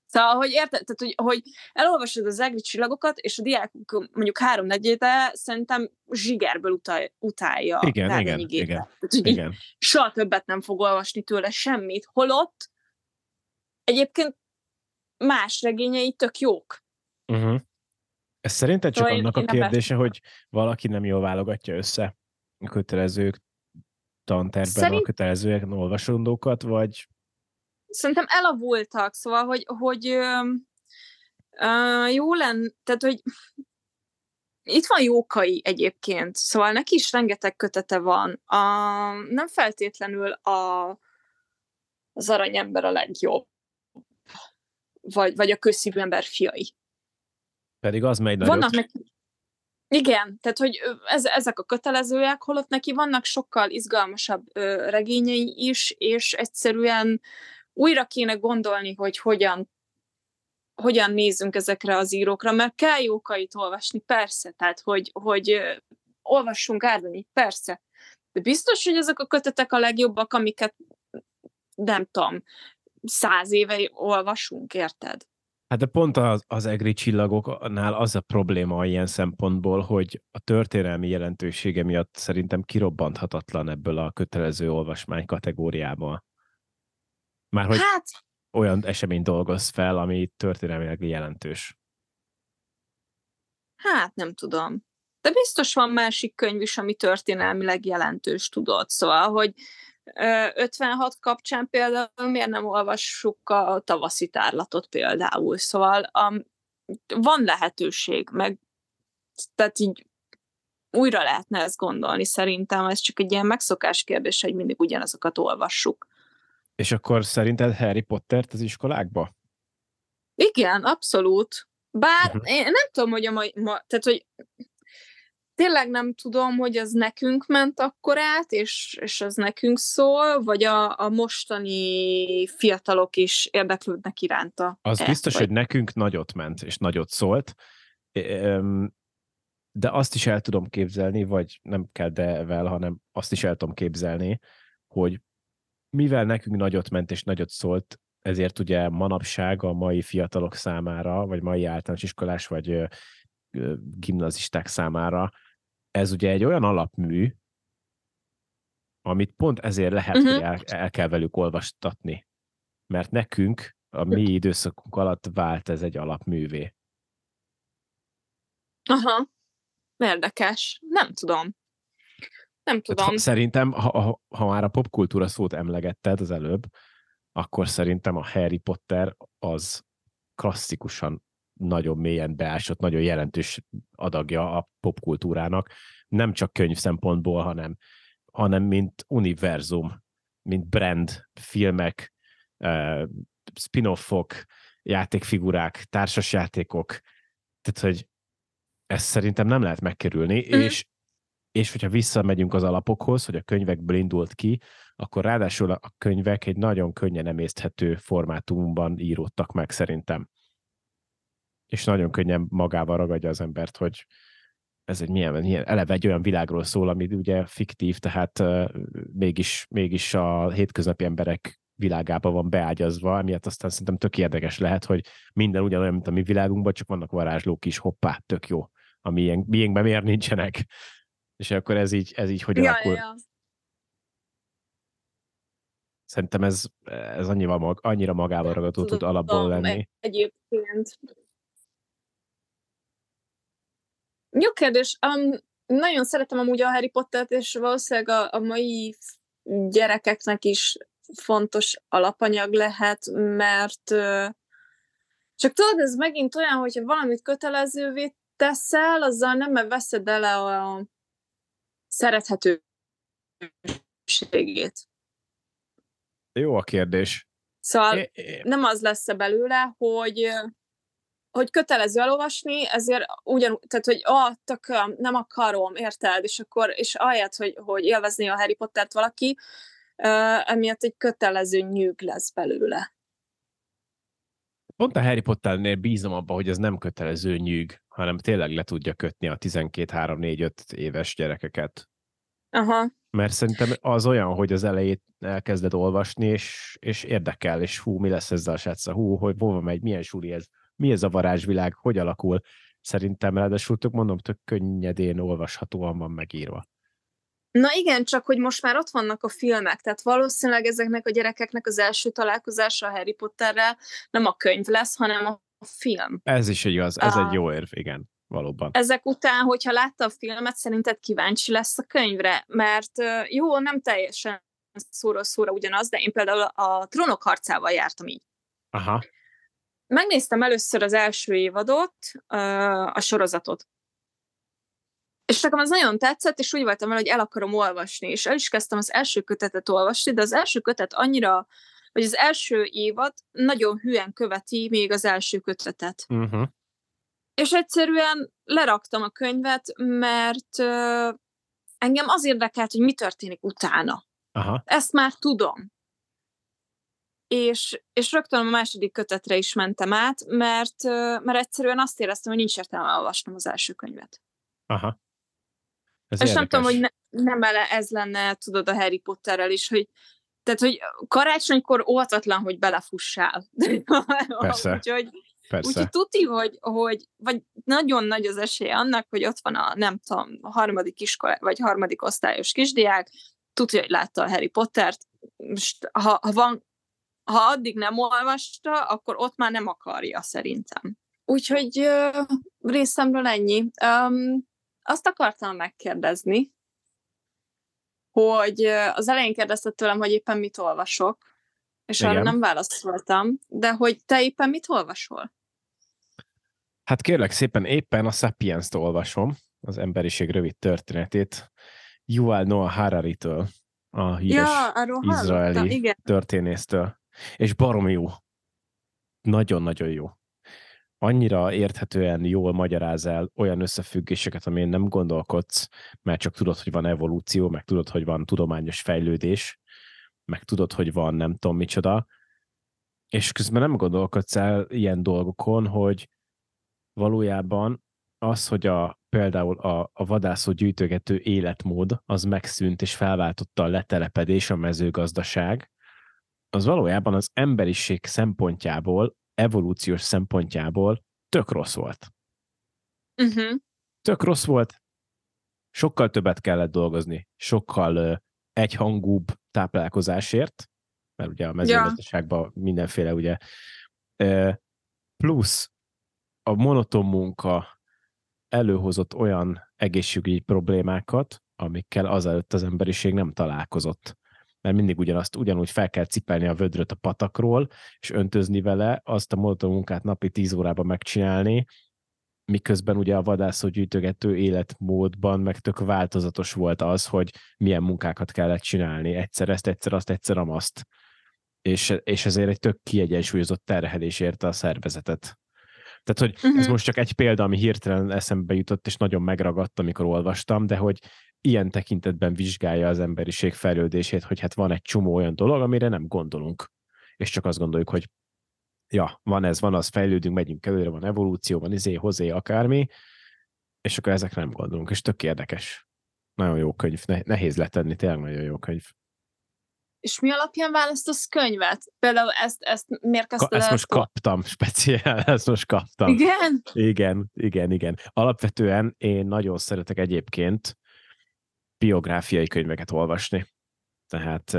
Szóval, hogy érted, tehát, hogy, hogy elolvasod az egri csillagokat, és a diákok mondjuk háromnegyede szerintem zsigerből utál, utálja Igen, Gárdonyi igen, Gézát. igen, Tehát, hogy így igen. soha többet nem fog olvasni tőle semmit, holott egyébként más regényei tök jók. Uh-huh. Ez szerinted csak Szóval én, annak a én ebben kérdése, hogy valaki nem jól válogatja össze a kötelező tantervben a szerint, kötelező olvasandókat, vagy szerintem elavultak, szóval, hogy, hogy ö, ö, jó lenne, tehát, hogy itt van Jókai egyébként, szóval neki is rengeteg kötete van. A, nem feltétlenül a, az aranyember a legjobb, vagy, vagy a közszívű ember fiai. pedig az megy nagyot. Vannak neki, igen, tehát hogy ez, ezek a kötelezőek, holott neki vannak sokkal izgalmasabb ö, regényei is, és egyszerűen újra kéne gondolni, hogy hogyan hogyan nézzünk ezekre az írókra, mert kell Jókait olvasni, persze, tehát hogy, hogy ö, olvassunk Gárdonyit, persze, de biztos, hogy ezek a kötetek a legjobbak, amiket nem tudom, száz éve olvasunk, érted? Hát de pont az, az egri csillagoknál az a probléma ilyen szempontból, hogy a történelmi jelentősége miatt szerintem kirobbanthatatlan ebből a kötelező olvasmány kategóriából. Márhogy Hát, olyan esemény dolgoz fel, ami történelmileg jelentős. hát nem tudom. De biztos van másik könyv is, ami történelmileg jelentős, tudod. Szóval, hogy ö, ötvenhat kapcsán például miért nem olvassuk a tavaszi tárlatot például. Szóval um, van lehetőség, meg tehát így újra lehetne ezt gondolni szerintem. Ez csak egy ilyen megszokás kérdés, hogy mindig ugyanazokat olvassuk. És akkor szerinted Harry Pottert az iskolákba? Igen, abszolút. Bár Uh-huh. én nem tudom, hogy a mai, ma, tehát, hogy tényleg nem tudom, hogy az nekünk ment akkor át, és, és az nekünk szól, vagy a, a mostani fiatalok is érdeklődnek iránta. Az E, biztos, vagy... hogy nekünk nagyot ment, és nagyot szólt, de azt is el tudom képzelni, vagy nem kell de-vel, hanem azt is el tudom képzelni, hogy mivel nekünk nagyot ment és nagyot szólt, ezért ugye manapság a mai fiatalok számára, vagy mai általános iskolás, vagy ö, ö, gimnazisták számára ez ugye egy olyan alapmű, amit pont ezért lehet, uh-huh. hogy el, el kell velük olvastatni. Mert nekünk a mi időszakunk alatt vált ez egy alapművé. Aha, érdekes. Nem tudom. Nem tudom. Tehát, ha, szerintem, ha, ha, ha már a popkultúra szót emlegetted az előbb, akkor szerintem a Harry Potter az klasszikusan nagyon mélyen beásott, nagyon jelentős adagja a popkultúrának, nem csak könyv szempontból, hanem, hanem mint univerzum, mint brand, filmek, uh, spin-offok, játékfigurák, társasjátékok, tehát, hogy ezt szerintem nem lehet megkerülni, mm. és, és hogyha visszamegyünk az alapokhoz, hogy a könyvekből indult ki, akkor ráadásul a könyvek egy nagyon könnyen emészthető formátumban íródtak meg szerintem. És nagyon könnyen magával ragadja az embert, hogy ez egy milyen, milyen eleve egy olyan világról szól, ami ugye fiktív, tehát uh, mégis, mégis a hétköznapi emberek világába van beágyazva, emiatt aztán szerintem tök érdekes lehet, hogy minden ugyanolyan, mint a mi világunkban, csak vannak varázslók is, hoppá, tök jó. A miénk, miénkben miért nincsenek? És akkor ez így, ez így hogy ja, alakul? Ja, ja. Szerintem ez, ez annyira, mag, annyira magával ragadó tud alapból lenni. Egyébként. Jó kérdés. Um, nagyon szeretem amúgy a Harry Pottert, és valószínűleg a, a mai gyerekeknek is fontos alapanyag lehet, mert uh, csak tudod, ez megint olyan, hogyha valamit kötelezővé teszel, azzal nem veszed el a szerethetőségét. Jó a kérdés. Szóval é, é. nem az lesz belőle, hogy hogy kötelező elolvasni, ezért ugyanúgy, tehát, hogy ah, tököm, nem akarom, érted? És akkor, és ahelyett, hogy, hogy élvezni a Harry Pottert valaki, uh, emiatt egy kötelező nyűg lesz belőle. Pont a Harry Potternél bízom abba, hogy ez nem kötelező nyűg, hanem tényleg le tudja kötni a tizenkét három négy öt éves gyerekeket. Aha. Mert szerintem az olyan, hogy az elejét elkezded olvasni, és, és érdekel, és hú, mi lesz ezzel a sráccal, hú, hogy hova megy, milyen suli ez, mi ez a varázsvilág, hogy alakul. Szerintem ráadásul tök mondom, tök könnyedén olvashatóan van megírva. Na igen, csak hogy most már ott vannak a filmek, tehát valószínűleg ezeknek a gyerekeknek az első találkozása a Harry Potterrel nem a könyv lesz, hanem a film. Ez is igaz, ez uh, egy jó érv, igen, valóban. Ezek után, hogyha látta a filmet, szerinted kíváncsi lesz a könyvre, mert jó, nem teljesen szóról szóra ugyanaz, de én például a Trónok harcával jártam így. Aha. Megnéztem először az első évadot, a sorozatot. És nekem az nagyon tetszett, és úgy voltam vele, hogy el akarom olvasni, és el is kezdtem az első kötetet olvasni, de az első kötet annyira, vagy az első évad nagyon hülyen követi még az első kötetet. Uh-huh. És egyszerűen leraktam a könyvet, mert uh, engem az érdekelt, hogy mi történik utána. Aha. Ezt már tudom. És, és rögtön a második kötetre is mentem át, mert, uh, mert egyszerűen azt éreztem, hogy nincs értelme olvasnom az első könyvet. Aha. Ez és érdekes. nem tudom, hogy ne, nem ele ez lenne, tudod, a Harry Potterrel is, hogy tehát, hogy karácsonykor óhatatlan, hogy belefussál. Persze. Úgyhogy, Persze. úgyhogy tuti, hogy, hogy vagy nagyon nagy az esélye annak, hogy ott van a, nem tudom, a harmadik iskola, vagy harmadik osztályos kisdiák, tudja, hogy látta a Harry Pottert, most ha, ha, van, ha addig nem olvasta, akkor ott már nem akarja, szerintem. Úgyhogy uh, részemről ennyi. Um, azt akartam megkérdezni, hogy az elején kérdezted tőlem, hogy éppen mit olvasok, és igen. arra nem válaszoltam, de hogy te éppen mit olvasol? Hát kérlek szépen, éppen a Sapiens-t olvasom, az emberiség rövid történetét, Yuval Noah Hararitől, a híres ja, izraeli történésztől. És baromi jó. Nagyon-nagyon jó. Annyira érthetően jól magyaráz el olyan összefüggéseket, amin nem gondolkodsz, mert csak tudod, hogy van evolúció, meg tudod, hogy van tudományos fejlődés, meg tudod, hogy van nem tudom micsoda, és közben nem gondolkodsz el ilyen dolgokon, hogy valójában az, hogy a, például a, a vadászó gyűjtögető életmód, az megszűnt és felváltotta a letelepedés, a mezőgazdaság, az valójában az emberiség szempontjából, evolúciós szempontjából tök rossz volt. Uh-huh. Tök rossz volt, sokkal többet kellett dolgozni, sokkal uh, egyhangúbb táplálkozásért, mert ugye a mezőgazdaságban ja. mindenféle ugye, uh, plusz a monoton munka előhozott olyan egészségügyi problémákat, amikkel azelőtt az emberiség nem találkozott. Mert mindig ugyanazt, ugyanúgy fel kell cipelni a vödröt a patakról, és öntözni vele, azt a monoton munkát napi tíz órában megcsinálni, miközben ugye a vadászó gyűjtögető életmódban meg tök változatos volt az, hogy milyen munkákat kellett csinálni. Egyszer ezt, egyszer azt, egyszer amazt. És, és ezért egy tök kiegyensúlyozott terhelés érte a szervezetet. Tehát, hogy uh-huh. ez most csak egy példa, ami hirtelen eszembe jutott, és nagyon megragadt, amikor olvastam, de hogy ilyen tekintetben vizsgálja az emberiség fejlődését, hogy hát van egy csomó olyan dolog, amire nem gondolunk. És csak azt gondoljuk, hogy ja, van ez, van az, fejlődünk, megyünk előre, van evolúció, van izé, hozé, akármi, és akkor ezekre nem gondolunk, és tök érdekes. Nagyon jó könyv, nehéz letenni, tényleg nagyon jó könyv. És mi alapján választasz könyvet? Például ezt, ezt miért kezdted Ka- Ezt most el? kaptam, speciál, ezt most kaptam. Igen? Igen, igen, igen. Alapvetően én nagyon szeretek egyébként biográfiai könyveket olvasni. Tehát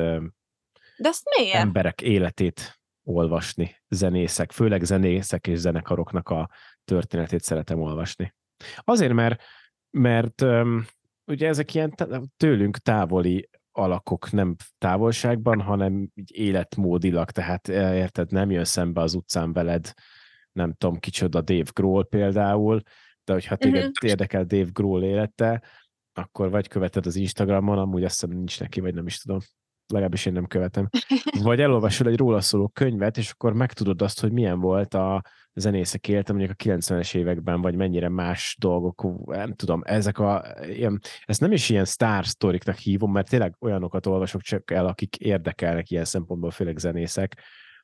de ezt miért? emberek életét olvasni, zenészek, főleg zenészek és zenekaroknak a történetét szeretem olvasni. Azért, mert, mert um, ugye ezek ilyen tőlünk távoli alakok, nem távolságban, hanem így életmódilag, tehát érted, nem jön szembe az utcán veled, nem tudom kicsoda, Dave Grohl például, de hogyha téged uh-huh. érdekel Dave Grohl élete, akkor vagy követed az Instagramon, amúgy azt hiszem nincs neki, vagy nem is tudom. Legalábbis én nem követem. Vagy elolvasod egy róla szóló könyvet, és akkor megtudod azt, hogy milyen volt a zenészek élete mondjuk a kilencvenes években, vagy mennyire más dolgok, nem tudom, ezek a, ilyen, ezt nem is ilyen sztár sztoriknak hívom, mert tényleg olyanokat olvasok csak el, akik érdekelnek ilyen szempontból, főleg zenészek,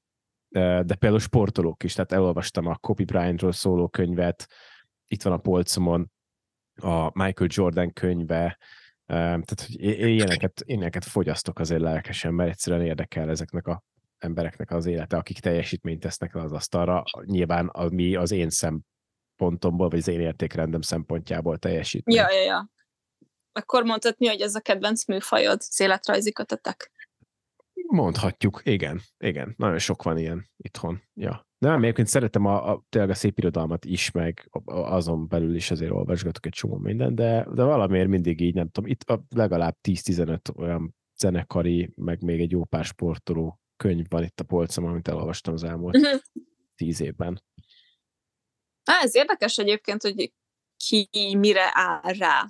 de például sportolók is, tehát elolvastam a Kobe Bryantról szóló könyvet, itt van a polcomon a Michael Jordan könyve, Tehát, hogy én ilyeneket, ilyeneket fogyasztok azért lelkesen, mert egyszerűen érdekel ezeknek a embereknek az élete, akik teljesítményt tesznek le az asztalra. Nyilván ami az én szempontomból, vagy az én értékrendem szempontjából teljesítmény. Ja, ja, ja. Akkor mondhatni, hogy ez a kedvenc műfajod, az életrajzi kötetek? Mondhatjuk, igen, igen. Nagyon sok van ilyen itthon. Ja. De nem, egyébként szeretem a, a, tényleg a szép irodalmat is, meg azon belül is azért olvasgatok egy csomó mindent, de, de valamiért mindig így, nem tudom, itt a legalább tíz-tizenöt olyan zenekari, meg még egy jó pár sportoló könyv van itt a polcom, amit elolvastam az elmúlt uh-huh. tíz évben. Á, ez érdekes egyébként, hogy ki mire áll rá.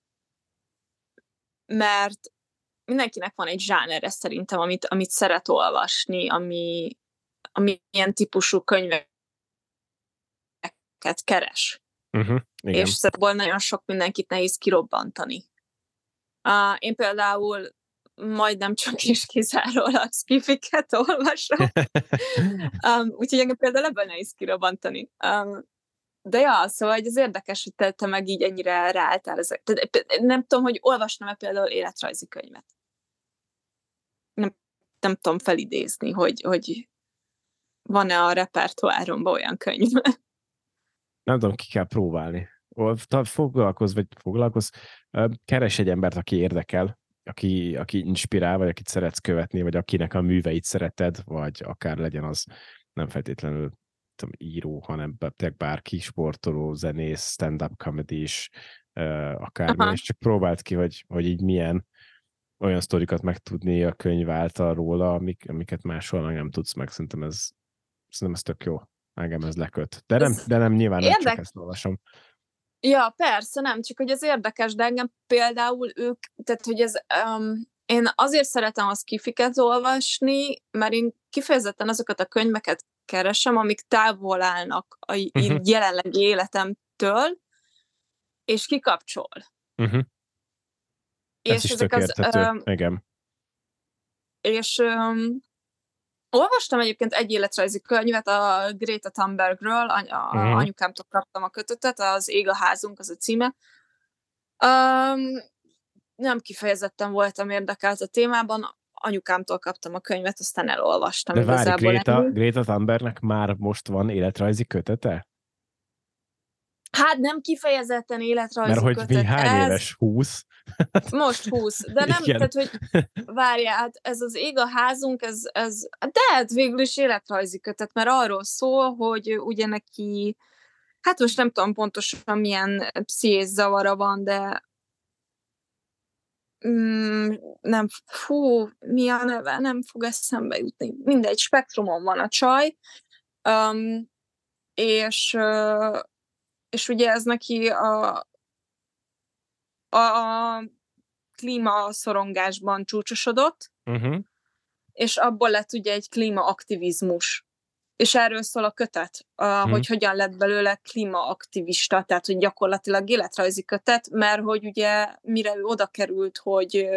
Mert mindenkinek van egy zsánere szerintem, amit, amit szeret olvasni, ami, ami ilyen típusú könyveket keres. Uh-huh, igen. És szóval nagyon sok mindenkit nehéz kirobbantani. Uh, én például majdnem csak és kizárólag skifiket olvasom. um, úgyhogy engem például ebben nehéz kirobbantani. Um, de ja, szóval ez érdekes, hogy te, te meg így ennyire ráálltál ezek. Nem tudom, hogy olvasnom-e például életrajzi könyvet. Nem, nem tudom felidézni, hogy, hogy van-e a repertoáromban olyan könyv. Nem tudom, ki kell próbálni. Foglalkozz, vagy foglalkozz, keres egy embert, aki érdekel, aki, aki inspirál, vagy akit szeretsz követni, vagy akinek a műveit szereted, vagy akár legyen az nem feltétlenül tudom, író, hanem bárki, sportoló, zenész, stand-up comedy is, akármi, Aha. és csak próbáld ki, hogy, hogy így milyen olyan sztorikat megtudni a könyv által róla, amik, amiket máshol meg nem tudsz meg. Szerintem ez, szerintem ez tök jó. Engem ez leköt. De nem, de nem nyilván nem csak ezt olvasom. Ja, persze, nem, csak hogy ez érdekes, de engem például ők, tehát hogy ez, um, én azért szeretem a skifiket olvasni, mert én kifejezetten azokat a könyveket keresem, amik távol állnak a uh-huh. jelenlegi életemtől, és kikapcsol. Uh-huh. Ez és is ezek tök az, érthető, um, igen. És um, olvastam egyébként egy életrajzi könyvet a Greta Thunbergről, any- a, uh-huh. anyukámtól kaptam a kötetet, az Ég a házunk, az a címe. Um, nem kifejezetten voltam érdekelt a témában, anyukámtól kaptam a könyvet, aztán elolvastam. De várj, Greta, Greta Thunbergnek már most van életrajzi kötete? Hát nem kifejezetten életrajzi Mert hogy kötet. mi hány éves? húsz? Most húsz. De nem, igen. Tehát, hogy várjál, hát ez az Ég a házunk, ez, ez, de hát végül is életrajzi kötet, mert arról szól, hogy ugye neki, hát most nem tudom pontosan milyen pszichés zavara van, de mm, nem, fú, mi a neve, nem fog eszembe jutni. Mindegy, spektrumon van a csaj, um, és uh, és ugye ez neki a, a klímaszorongásban csúcsosodott, uh-huh. és abból lett ugye egy klímaaktivizmus. És erről szól a kötet, uh-huh. hogy hogyan lett belőle klímaaktivista, tehát hogy gyakorlatilag életrajzi kötet, mert hogy ugye mire ő oda került, hogy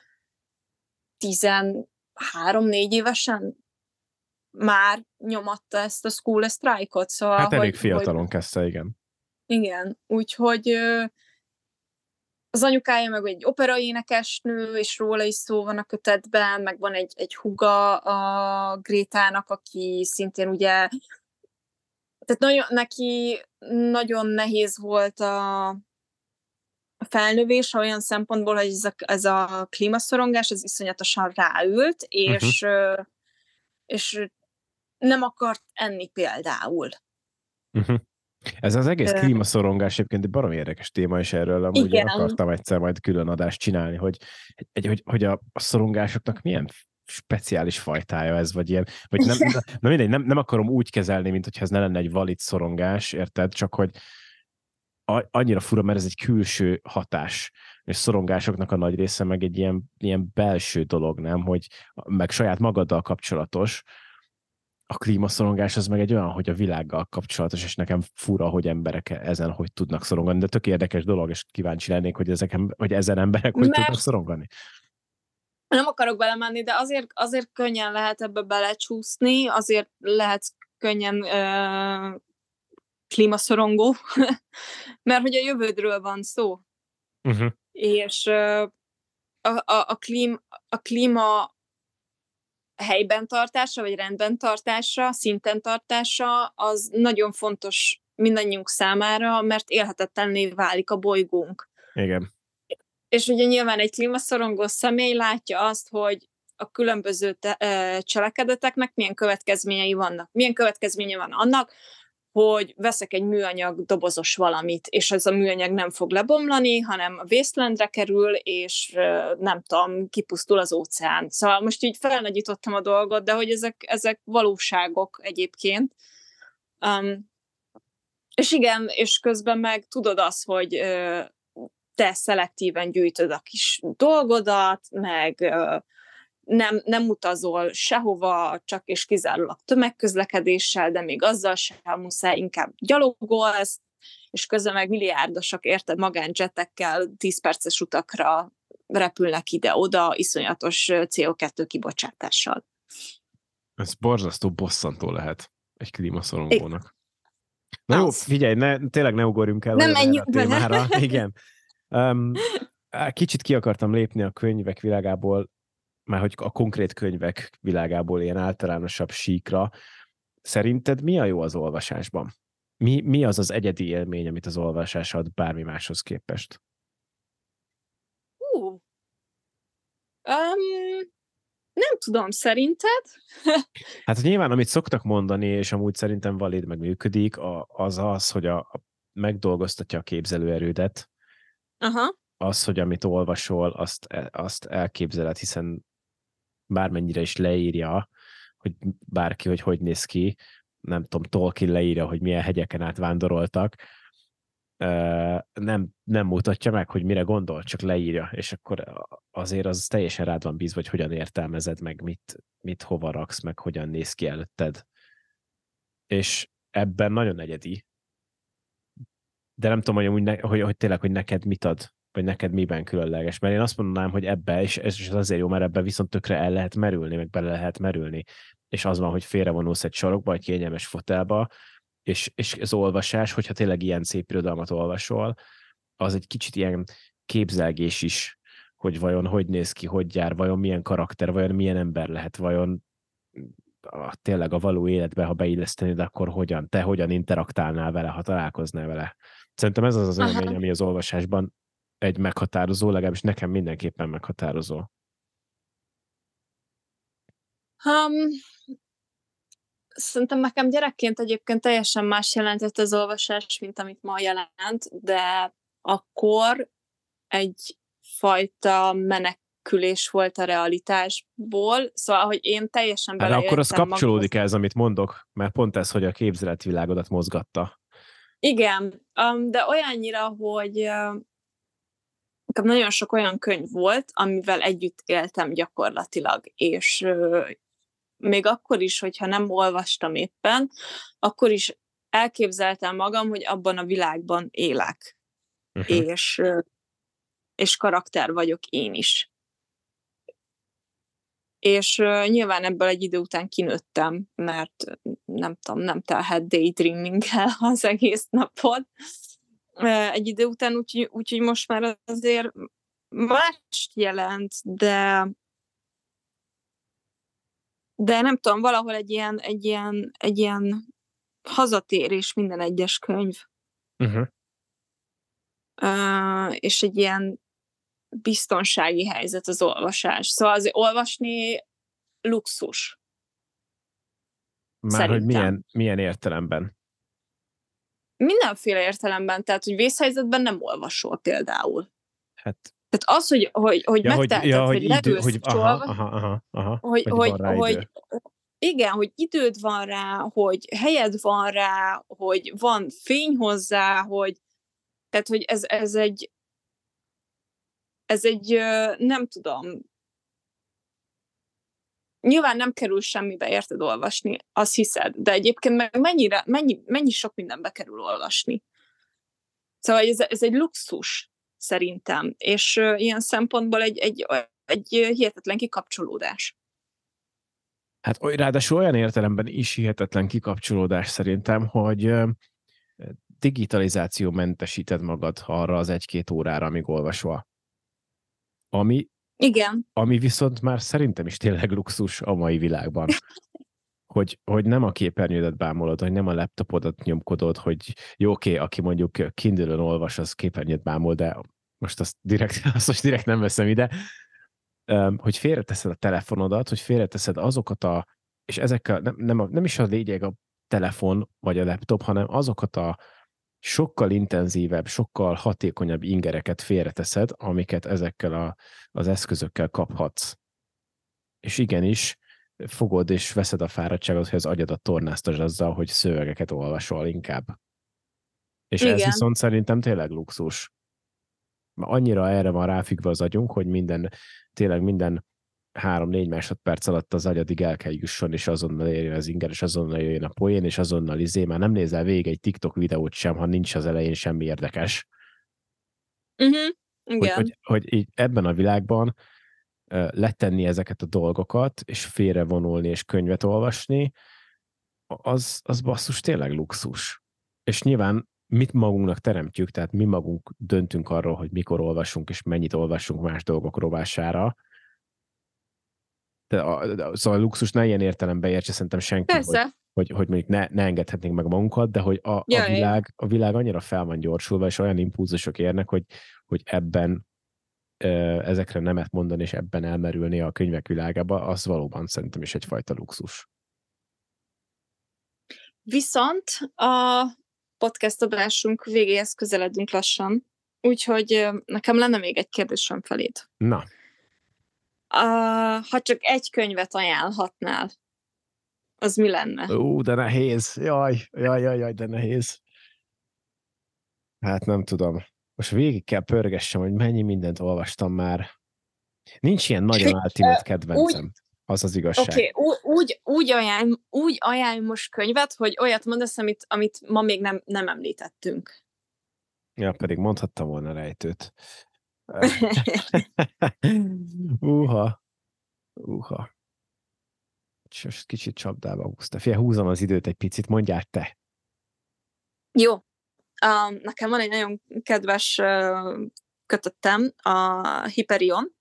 tizenhárom-négy évesen már nyomatta ezt a school strike-ot. Szóval, hát elég hogy, fiatalon hogy... kezdte, igen. Igen, úgyhogy az anyukája meg egy operaénekesnő, és róla is szó van a kötetben, meg van egy, egy húga a Grétának, aki szintén ugye, tehát nagyon, neki nagyon nehéz volt a, a felnövés olyan szempontból, hogy ez a, ez a klímaszorongás, ez iszonyatosan ráült, és, uh-huh. és nem akart enni például. Uh-huh. Ez az egész klímaszorongás egyébként egy baromi érdekes téma, és erről amúgy igen. akartam egyszer majd külön adást csinálni, hogy, egy, hogy, hogy a, a szorongásoknak milyen speciális fajtája ez, vagy ilyen, vagy nem, na mindegy, nem, nem akarom úgy kezelni, mint hogyha ez ne lenne egy valid szorongás, érted? Csak hogy a, annyira fura, mert ez egy külső hatás, és szorongásoknak a nagy része meg egy ilyen, ilyen belső dolog, nem? Hogy meg saját magaddal kapcsolatos. A klímaszorongás az meg egy olyan, hogy a világgal kapcsolatos, és nekem fura, hogy emberek ezen hogy tudnak szorongani, de tök érdekes dolog, és kíváncsi lennék, hogy, ezek, hogy ezen emberek hogy Mert tudnak szorongani. Nem akarok belemenni, de azért, azért könnyen lehet ebbe belecsúszni, azért lehet könnyen ö, klímaszorongó, mert hogy a jövődről van szó. Uh-huh. És a, a, a, klím, a klíma helyben tartása, vagy rendben tartása, szinten tartása, az nagyon fontos mindannyiunk számára, mert élhetetlenné válik a bolygónk. Igen. És ugye nyilván egy klímaszorongó személy látja azt, hogy a különböző te- cselekedeteknek milyen következményei vannak. Milyen következménye van annak, hogy veszek egy műanyag dobozos valamit, és ez a műanyag nem fog lebomlani, hanem a wastelandre kerül, és nem tudom, kipusztul az óceán. Szóval most így felnagyítottam a dolgot, de hogy ezek, ezek valóságok egyébként. Um, és igen, és közben meg tudod azt, hogy uh, te szelektíven gyűjtöd a kis dolgodat, meg uh, Nem, nem utazol sehova, csak és kizárólag tömegközlekedéssel, de még azzal sem muszáj, inkább gyalogolsz, és közben meg milliárdosak, érted, magánjetekkel tíz perces utakra repülnek ide-oda, iszonyatos cé o kettő kibocsátással. Ez borzasztó bosszantó lehet egy klímaszorongónak. Na Az. jó, figyelj, ne, tényleg ne ugorjunk el Nem erre a témára. bele. Igen. Um, kicsit ki akartam lépni a könyvek világából, már hogy a konkrét könyvek világából ilyen általánosabb síkra. Szerinted mi a jó az olvasásban? Mi, mi az az egyedi élmény, amit az olvasás ad bármi máshoz képest? Uh. Um, nem tudom, szerinted? Hát nyilván, amit szoktak mondani, és amúgy szerintem valid meg működik, az az, hogy a, a megdolgoztatja a képzelőerődet. Aha. Az, hogy amit olvasol, azt, azt elképzeled, hiszen bármennyire is leírja, hogy bárki, hogy hogy néz ki, nem tudom, Tolkien leírja, hogy milyen hegyeken át vándoroltak, nem, nem mutatja meg, hogy mire gondol, csak leírja, és akkor azért az teljesen rád van bízva, hogy hogyan értelmezed meg, mit, mit hova raksz, meg hogyan néz ki előtted. És ebben nagyon egyedi. De nem tudom, hogy, amúgy ne, hogy, hogy tényleg, hogy neked mit ad, vagy neked miben különleges. Mert én azt mondanám, hogy ebbe, és ez is azért jó, mert ebben viszont tökre el lehet merülni, meg bele lehet merülni. És az van, hogy félrevonulsz egy sarokba, egy kényelmes fotelba, és, és az olvasás, hogyha tényleg ilyen szép irodalmat olvasol, az egy kicsit ilyen képzelgés is, hogy vajon hogy néz ki, hogy jár, vajon milyen karakter, vajon milyen ember lehet, vajon a, tényleg a való életbe, ha beillesztenéd, akkor hogyan, te hogyan interaktálnál vele, ha találkoznál vele. Szerintem ez az az élmény, Aha. ami az olvasásban egy meghatározó, legalábbis nekem mindenképpen meghatározó. Um, szerintem nekem gyerekként egyébként teljesen más jelentett az olvasás, mint amit ma jelent, de akkor egyfajta menekülés volt a realitásból, szóval, hogy én teljesen beleértem. Hát akkor az kapcsolódik magam... ez, amit mondok, mert pont ez, hogy a képzeletvilágodat mozgatta. Igen, um, de olyannyira, hogy uh, nagyon sok olyan könyv volt, amivel együtt éltem gyakorlatilag, és uh, még akkor is, hogyha nem olvastam éppen, akkor is elképzeltem magam, hogy abban a világban élek. Uh-huh. És, és karakter vagyok én is. És uh, nyilván ebből egy idő után kinőttem, mert nem tudom, nem telhet daydreaminggel az egész napot. Uh, egy idő után, úgyhogy úgy, most már azért mást jelent, de de nem tudom, valahol egy ilyen, egy ilyen, egy ilyen hazatérés minden egyes könyv. Uh-huh. Uh, és egy ilyen biztonsági helyzet az olvasás. Szóval azért olvasni luxus. Már hogy milyen, milyen értelemben? Mindenféle értelemben, tehát, hogy vészhelyzetben nem olvasol például. Hát Tehát az, hogy, hogy, hogy ja, megteheted, hogy, ja, hogy, hogy leülsz, idő, hogy aha, aha, aha, aha, hogy, hogy, hogy, hogy igen, hogy időd van rá, hogy helyed van rá, hogy van fény hozzá, hogy tehát, hogy ez, ez egy ez egy, nem tudom, nyilván nem kerül semmibe, érted, olvasni, azt hiszed, de egyébként meg mennyire, mennyi, mennyi sok mindenbe kerül olvasni. Szóval ez, ez egy luxus, szerintem, és uh, ilyen szempontból egy, egy, egy hihetetlen kikapcsolódás. Hát ráadásul olyan értelemben is hihetetlen kikapcsolódás szerintem, hogy uh, digitalizáció mentesíted magad arra az egy-két órára, amíg olvasol. Ami, Igen. ami viszont már szerintem is tényleg luxus a mai világban. Hogy, hogy nem a képernyődet bámulod, hogy nem a laptopodat nyomkodod, hogy jó, oké, aki mondjuk Kindle-ön olvas, az képernyőt bámul, de most azt direkt, azt most direkt nem veszem ide, hogy félreteszed a telefonodat, hogy félreteszed azokat a, és ezekkel nem, nem, a, nem is a lényeg a telefon vagy a laptop, hanem azokat a sokkal intenzívebb, sokkal hatékonyabb ingereket félreteszed, amiket ezekkel a, az eszközökkel kaphatsz. És igenis, fogod és veszed a fáradtságot, hogy az agyadat tornáztasd azzal, hogy szövegeket olvasol inkább. És Igen. ez viszont szerintem tényleg luxus. Annyira erre van ráfüggve az agyunk, hogy minden, tényleg minden három-négy másodperc alatt az agyadig el kell jusson, és azonnal érjen az inger, és azonnal jöjjön a poén, és azonnal izé, már nem nézel végig egy TikTok videót sem, ha nincs az elején semmi érdekes. Uh-huh. Hogy, hogy, hogy így ebben a világban uh, letenni ezeket a dolgokat, és félrevonulni, és könyvet olvasni, az, az basszus tényleg luxus. És nyilván mit magunknak teremtjük, tehát mi magunk döntünk arról, hogy mikor olvasunk, és mennyit olvasunk más dolgok rovására. De a, de, szóval a luxus ne ilyen értelemben értse szerintem senki, hogy, hogy, hogy mondjuk ne, ne engedhetnénk meg magunkat, de hogy a, a, ja, világ, a világ annyira fel van gyorsulva, és olyan impulzusok érnek, hogy, hogy ebben ezekre nemet mondani, és ebben elmerülni a könyvek világába, az valóban szerintem is egyfajta luxus. Viszont a podcast adásunk végéhez közeledünk lassan, úgyhogy nekem lenne még egy kérdésem feléd. Na. Uh, ha csak egy könyvet ajánlhatnál, az mi lenne? Ú, de nehéz. Jaj, jaj, jaj, jaj, de nehéz. Hát nem tudom. Most végig kell pörgessem, hogy mennyi mindent olvastam már. Nincs ilyen nagyon ultimate kedvencem. Úgy, az az igazság. Oké, okay, úgy, úgy, ajánl, úgy ajánl most könyvet, hogy olyat mondasz, amit, amit ma még nem, nem említettünk. Ja, pedig mondhattam volna rejtőt. Uha. Uha. Most kicsit csapdába húzta. Fia, húzom az időt egy picit, mondjál te. Jó. Um, nekem van egy nagyon kedves uh, kötöttem, a Hyperion.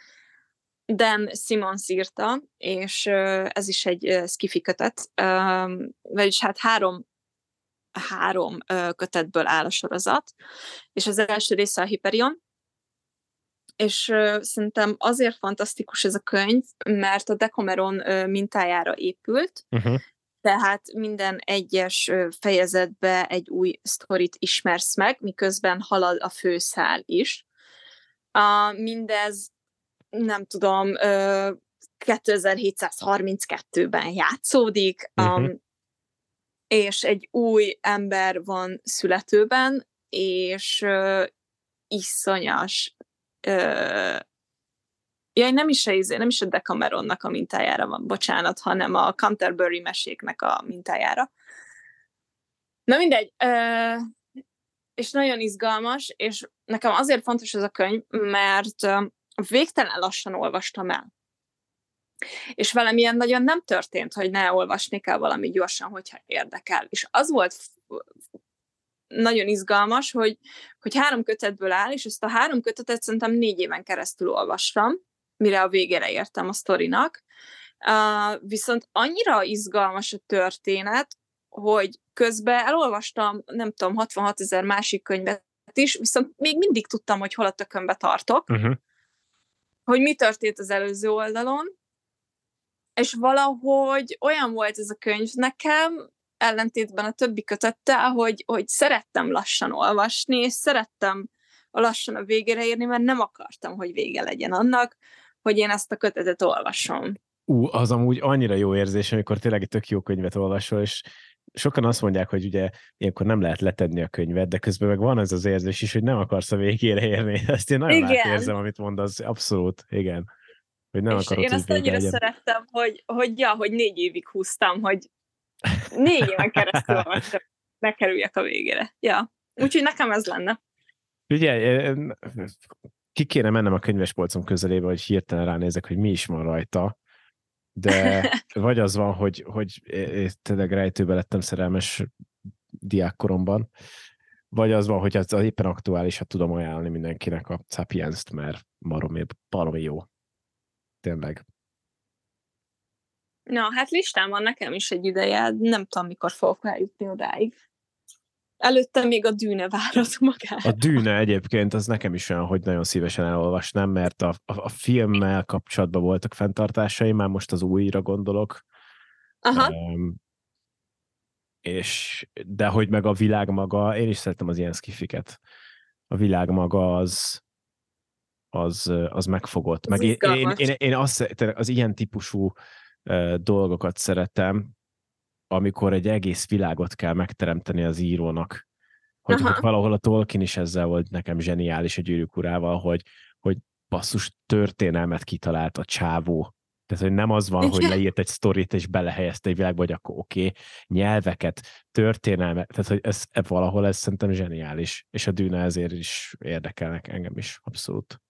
Dan Simmons írta, és uh, ez is egy uh, sci-fi kötet. Uh, vagyis hát három, három uh, kötetből áll a sorozat, és az első része a Hyperion, és uh, szerintem azért fantasztikus ez a könyv, mert a Decameron uh, mintájára épült, uh-huh. Tehát minden egyes fejezetbe egy új sztorit ismersz meg, miközben halad a főszál is. Uh, mindez, nem tudom, uh, kétezer-hétszázharminckettőben játszódik, um, uh-huh. és egy új ember van születőben, és uh, iszonyas uh, Ja, nem is, a, nem is a Decameronnak a mintájára van, bocsánat, hanem a Canterbury meséknek a mintájára. Na mindegy, és nagyon izgalmas, és nekem azért fontos ez a könyv, mert végtelen lassan olvastam el. És velem ilyen nagyon nem történt, hogy ne olvasni kell valami gyorsan, hogyha érdekel. És az volt nagyon izgalmas, hogy, hogy három kötetből áll, és ezt a három kötetet szerintem négy éven keresztül olvastam, mire a végére értem a sztorinak. Uh, viszont annyira izgalmas a történet, hogy közben elolvastam, nem tudom, hatvanhat ezer másik könyvet is, viszont még mindig tudtam, hogy hol a tökönbe tartok, uh-huh. hogy mi történt az előző oldalon, és valahogy olyan volt ez a könyv nekem, ellentétben a többi kötettel, hogy, hogy szerettem lassan olvasni, és szerettem a lassan a végére érni, mert nem akartam, hogy vége legyen annak, hogy én ezt a kötetet olvasom. Ú, az amúgy annyira jó érzés, amikor tényleg egy tök jó könyvet olvasol, és sokan azt mondják, hogy ugye ilyenkor nem lehet letenni a könyvet, de közben meg van ez az érzés is, hogy nem akarsz a végére érni. Ezt én nagyon átérzem, amit mondasz, abszolút, igen. Hogy nem és akarod, én ezt annyira legyen. Szerettem, hogy, hogy, ja, hogy négy évig húztam, hogy négy éven keresztül olvastam, ne kerüljek a végére. Ja, úgyhogy nekem ez lenne. Ugye, ki kéne mennem a könyvespolcom közelébe, hogy hirtelen ránézek, hogy mi is van rajta, de vagy az van, hogy, hogy tényleg rejtőbe lettem szerelmes diákkoromban, Vagy az van, hogy az éppen aktuálisat tudom ajánlani mindenkinek a Sapiens-t, mert baromi, baromi jó. Tényleg. Na, hát listán van nekem is egy ideje, nem tudom, mikor fogok eljutni odáig. Előtte még a Dűne várat magára. A Dűne egyébként az nekem is olyan, hogy nagyon szívesen elolvasnám, mert a, a, a filmmel kapcsolatban voltak fenntartásaim, már most az újra gondolok. Aha. Um, és, de hogy meg a világ maga, én is szeretem az ilyen skifiket. A világ maga az az, az megfogott. Meg én, én, én, én azt, az ilyen típusú uh, dolgokat szeretem, amikor egy egész világot kell megteremteni az írónak. Hogy, hogy valahol a Tolkien is ezzel volt nekem zseniális a Gyűrűk urával, hogy, hogy basszus történelmet kitalált a csávó. Tehát, hogy nem az van, hogy leírt egy sztorit, és belehelyezte egy világba, hogy akkor oké, okay, nyelveket, történelmet, tehát, hogy ez, ez valahol ez szerintem zseniális. És a Dűne ezért is érdekelnek engem is, abszolút.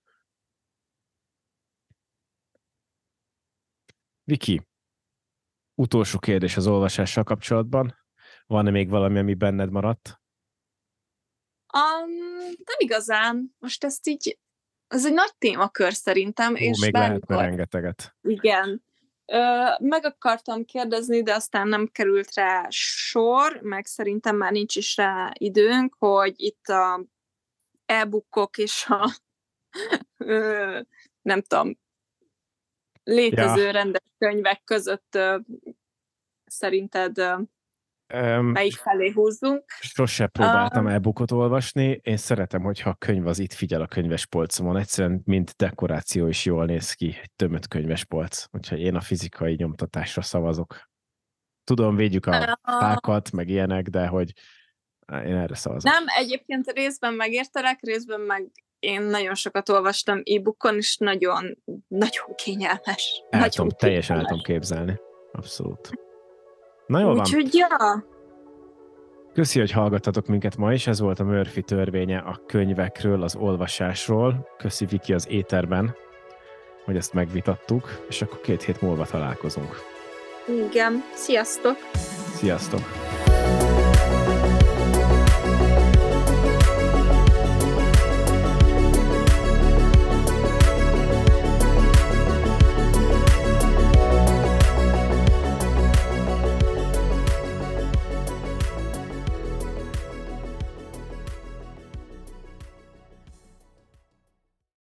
Viki, utolsó kérdés az olvasással kapcsolatban. Van-e még valami, ami benned maradt? Um, nem igazán. Most ezt így, ez egy nagy témakör szerintem. Ó, és még bármikor, lehetne rengeteget. Igen. Ö, meg akartam kérdezni, de aztán nem került rá sor, meg szerintem már nincs is rá időnk, hogy itt a e-bookok és a ö, nem tudom, létező ja. rendes könyvek között ö, szerinted ö, um, melyik felé húzzunk? Sose próbáltam um, e-bookot olvasni. Én szeretem, hogyha a könyv az itt figyel a könyvespolcomon. Egyszerűen, mint dekoráció is jól néz ki, egy tömött könyvespolc. Úgyhogy én a fizikai nyomtatásra szavazok. Tudom, védjük a fákat, meg ilyenek, de hogy én erre szavazok. Nem, egyébként részben megértelek, részben meg én nagyon sokat olvastam e-bookon, és nagyon, nagyon kényelmes. El nagyon tudom, kényelmes. teljesen el tudom képzelni. Abszolút. Na jól van. Úgyhogy, ja. Köszi, hogy hallgattatok minket ma is. Ez volt a Murphy törvénye a könyvekről, az olvasásról. Köszi, Viki, az éterben, hogy ezt megvitattuk, és akkor két hét múlva találkozunk. Igen. Sziasztok! Sziasztok!